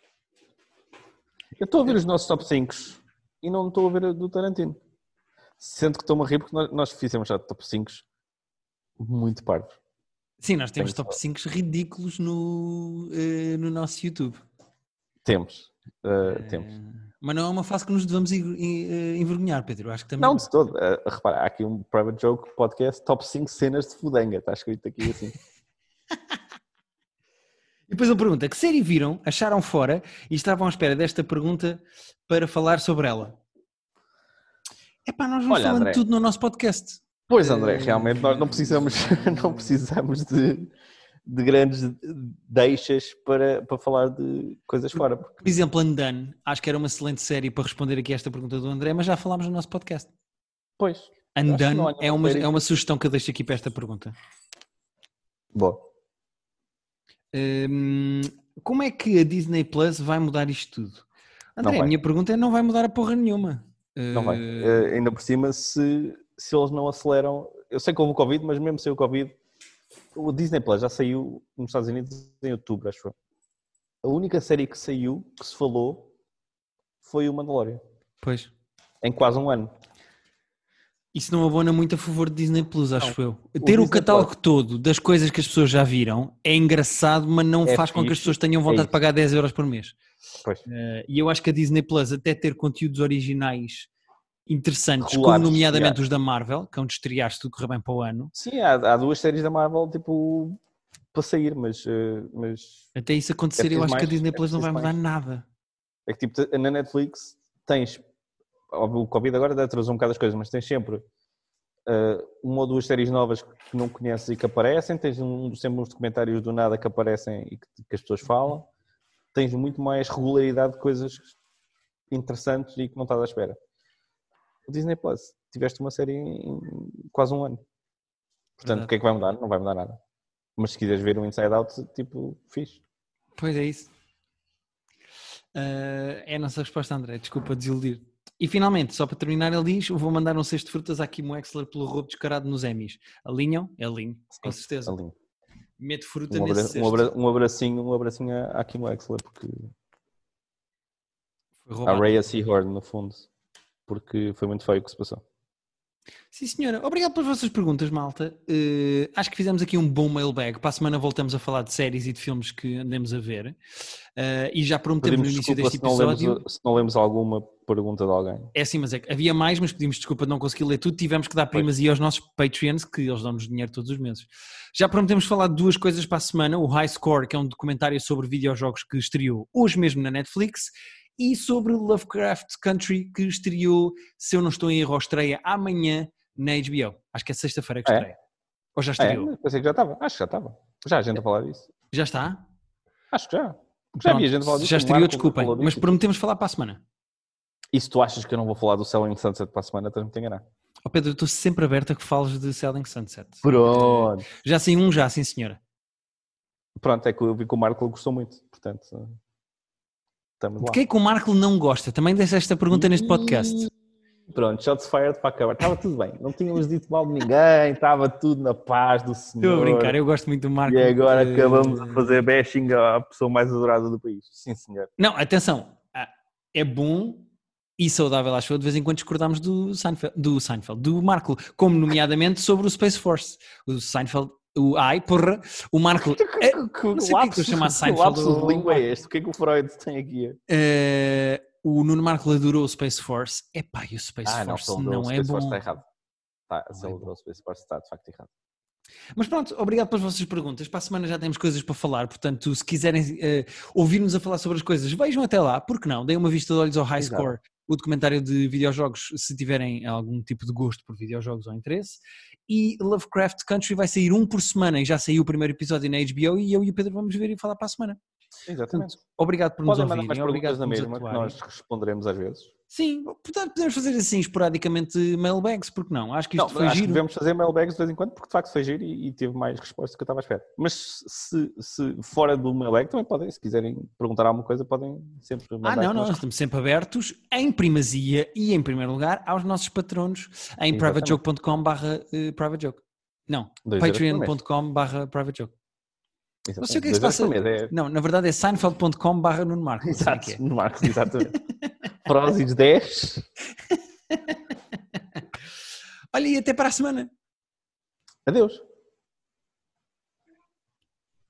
Eu estou a ver os nossos top cinco e não estou a ver do Tarantino. Sendo que estou-me a rir porque nós, nós fizemos já top cinco muito parvos. Sim, nós temos top cinco ridículos no, uh, no nosso YouTube. Temos, uh, uh, temos. Mas não é uma fase que nos devemos envergonhar, Pedro. Acho que também... Não, de todo. Uh, repara, há aqui um Private Joke podcast, top cinco cenas de fudanga. Está escrito aqui assim. E depois ele pergunta, que série viram, acharam fora e estavam à espera desta pergunta para falar sobre ela? Epá, nós vamos Olha, falando André, tudo no nosso podcast. Pois, André, realmente nós não precisamos, não precisamos de, de grandes deixas para, para falar de coisas fora. Porque... Por exemplo, Undone, acho que era uma excelente série para responder aqui a esta pergunta do André, mas já falámos no nosso podcast. Pois. Undone é uma, é uma sugestão que eu deixo aqui para esta pergunta. Boa. Hum, como é que a Disney Plus vai mudar isto tudo? André, a minha pergunta é: não vai mudar a porra nenhuma. Não vai. Uh, ainda por cima, se, se eles não aceleram... Eu sei que houve o Covid, mas mesmo sem o Covid, o Disney Plus já saiu nos Estados Unidos em outubro, acho eu. A única série que saiu, que se falou, foi o Mandalorian. Pois. Em quase um ano. Isso não abona muito a favor de Disney Plus, acho não. eu. O Ter Disney o catálogo Plus. todo das coisas que as pessoas já viram é engraçado, mas não é faz fixe, com que as pessoas tenham vontade é de pagar dez euros por mês. Pois. Uh, e eu acho que a Disney Plus, até ter conteúdos originais interessantes, Regulares, como nomeadamente já. os da Marvel, que é um de estrear se tudo correr bem para o ano. Sim, há, há duas séries da Marvel, tipo, para sair, mas... mas até isso acontecer, é eu acho mais, que a Disney Plus é não vai mudar mais. nada. É que, tipo, na Netflix tens... O Covid agora atrasou um bocado as coisas, mas tens sempre uh, uma ou duas séries novas que não conheces e que aparecem, tens um, sempre uns documentários do nada que aparecem e que, que as pessoas falam, tens muito mais regularidade de coisas interessantes e que não estás à espera. O Disney Plus, tiveste uma série em quase um ano. Portanto, Verdade. O que é que vai mudar? Não vai mudar nada. Mas se quiseres ver um Inside Out, tipo, fixe. Pois é isso. Uh, é a nossa resposta, André. Desculpa desiludir. E finalmente, só para terminar, ele diz: vou mandar um cesto de frutas à Kim Wexler pelo roubo descarado nos Emmys. Alinham? Alinho, com certeza. Alinho. Mete fruta um nesse abra- cesto. Um, abra- um abracinho, um abracinho à Kim Wexler, porque... Foi roubado. A Rhea Seahorn, no fundo. Porque foi muito feio o que se passou. Sim, senhora. Obrigado pelas vossas perguntas, malta. Uh, acho que fizemos aqui um bom mailbag. Para a semana voltamos a falar de séries e de filmes que andemos a ver. Uh, e já prometemos Pedimos no início desculpa deste se não, episódio... lemos, se não lemos alguma pergunta de alguém. É assim, mas é que havia mais, mas pedimos desculpa de não conseguir ler tudo. Tivemos que dar primazia aos nossos Patreons, que eles dão-nos dinheiro todos os meses. Já prometemos falar de duas coisas para a semana. O High Score, que é um documentário sobre videojogos que estreou hoje mesmo na Netflix. E sobre Lovecraft Country, que estreou, se eu não estou em erro, estreia amanhã na H B O. Acho que é sexta-feira que estreia. É? Ou já estreou? É, pensei que já estava. Acho que já estava. Já há gente a falar disso. Já está? Acho que já. Já havia gente a falar disso. Já estreou, desculpem. Mas prometemos falar para a semana. E se tu achas que eu não vou falar do Selling Sunset para a semana, estás-me a enganar. Oh Pedro, eu estou sempre aberto a que fales de Selling Sunset. Pronto. Já sim um, já sim senhora. Pronto, é que eu vi que o Marco gostou muito. Portanto, estamos lá. De que é que o Marco não gosta? Também deixa esta pergunta e... neste podcast. Pronto, shots fired para acabar. Estava tudo bem. Não tínhamos dito mal de ninguém. Estava tudo na paz do Senhor. Estou a brincar, eu gosto muito do Marco. E agora de... acabamos a fazer bashing à pessoa mais adorada do país. Sim, senhor. Não, atenção. É bom e saudável, acho eu, de vez em quando discordamos do Seinfeld, do Seinfeld, do Marco, como nomeadamente sobre o Space Force. O Seinfeld... O, ai, porra, o Marco... É, não sei o que é que eu chamo a Seinfeld. Que lapso de língua é este? O que é que o Freud tem aqui? Uh, o Nuno Marco adorou o Space Force. Epá, e o Space ah, Force não, não, não é Space bom. Force está errado. Tá, se ele adorou o Space Force está de facto errado. Mas pronto, obrigado pelas vossas perguntas. Para a semana já temos coisas para falar, portanto, se quiserem uh, ouvir-nos a falar sobre as coisas, vejam até lá, porque não? Deem uma vista de olhos ao High Exato. Score, o documentário de videojogos, se tiverem algum tipo de gosto por videojogos ou interesse. E Lovecraft Country vai sair um por semana, e já saiu o primeiro episódio na H B O, e eu e o Pedro vamos ver e falar para a semana. Exatamente. Portanto, obrigado por Podem nos mandar ouvirem, mais obrigado perguntas por na nos mesma, que nós responderemos às vezes. Sim, portanto podemos fazer assim esporadicamente mailbags, porque não? Acho que isto não, foi acho giro. Que devemos fazer mailbags de vez em quando, porque de facto foi giro e, e teve mais respostas do que eu estava à espera. Mas se, se fora do mailbag também podem, se quiserem perguntar alguma coisa, podem sempre mandar. Ah, não, não, estamos sempre abertos, em primazia e em primeiro lugar aos nossos patronos em privatejoke ponto com barra privatejoke. Não, patreon ponto com barra privatejoke. Não sei o que é que se passa. É... Não, na verdade é seinfeld ponto com barra Nuno Marcos. Exato, é. Nuno Marcos, exatamente. Prósis dez. Olha, e até para a semana. Adeus.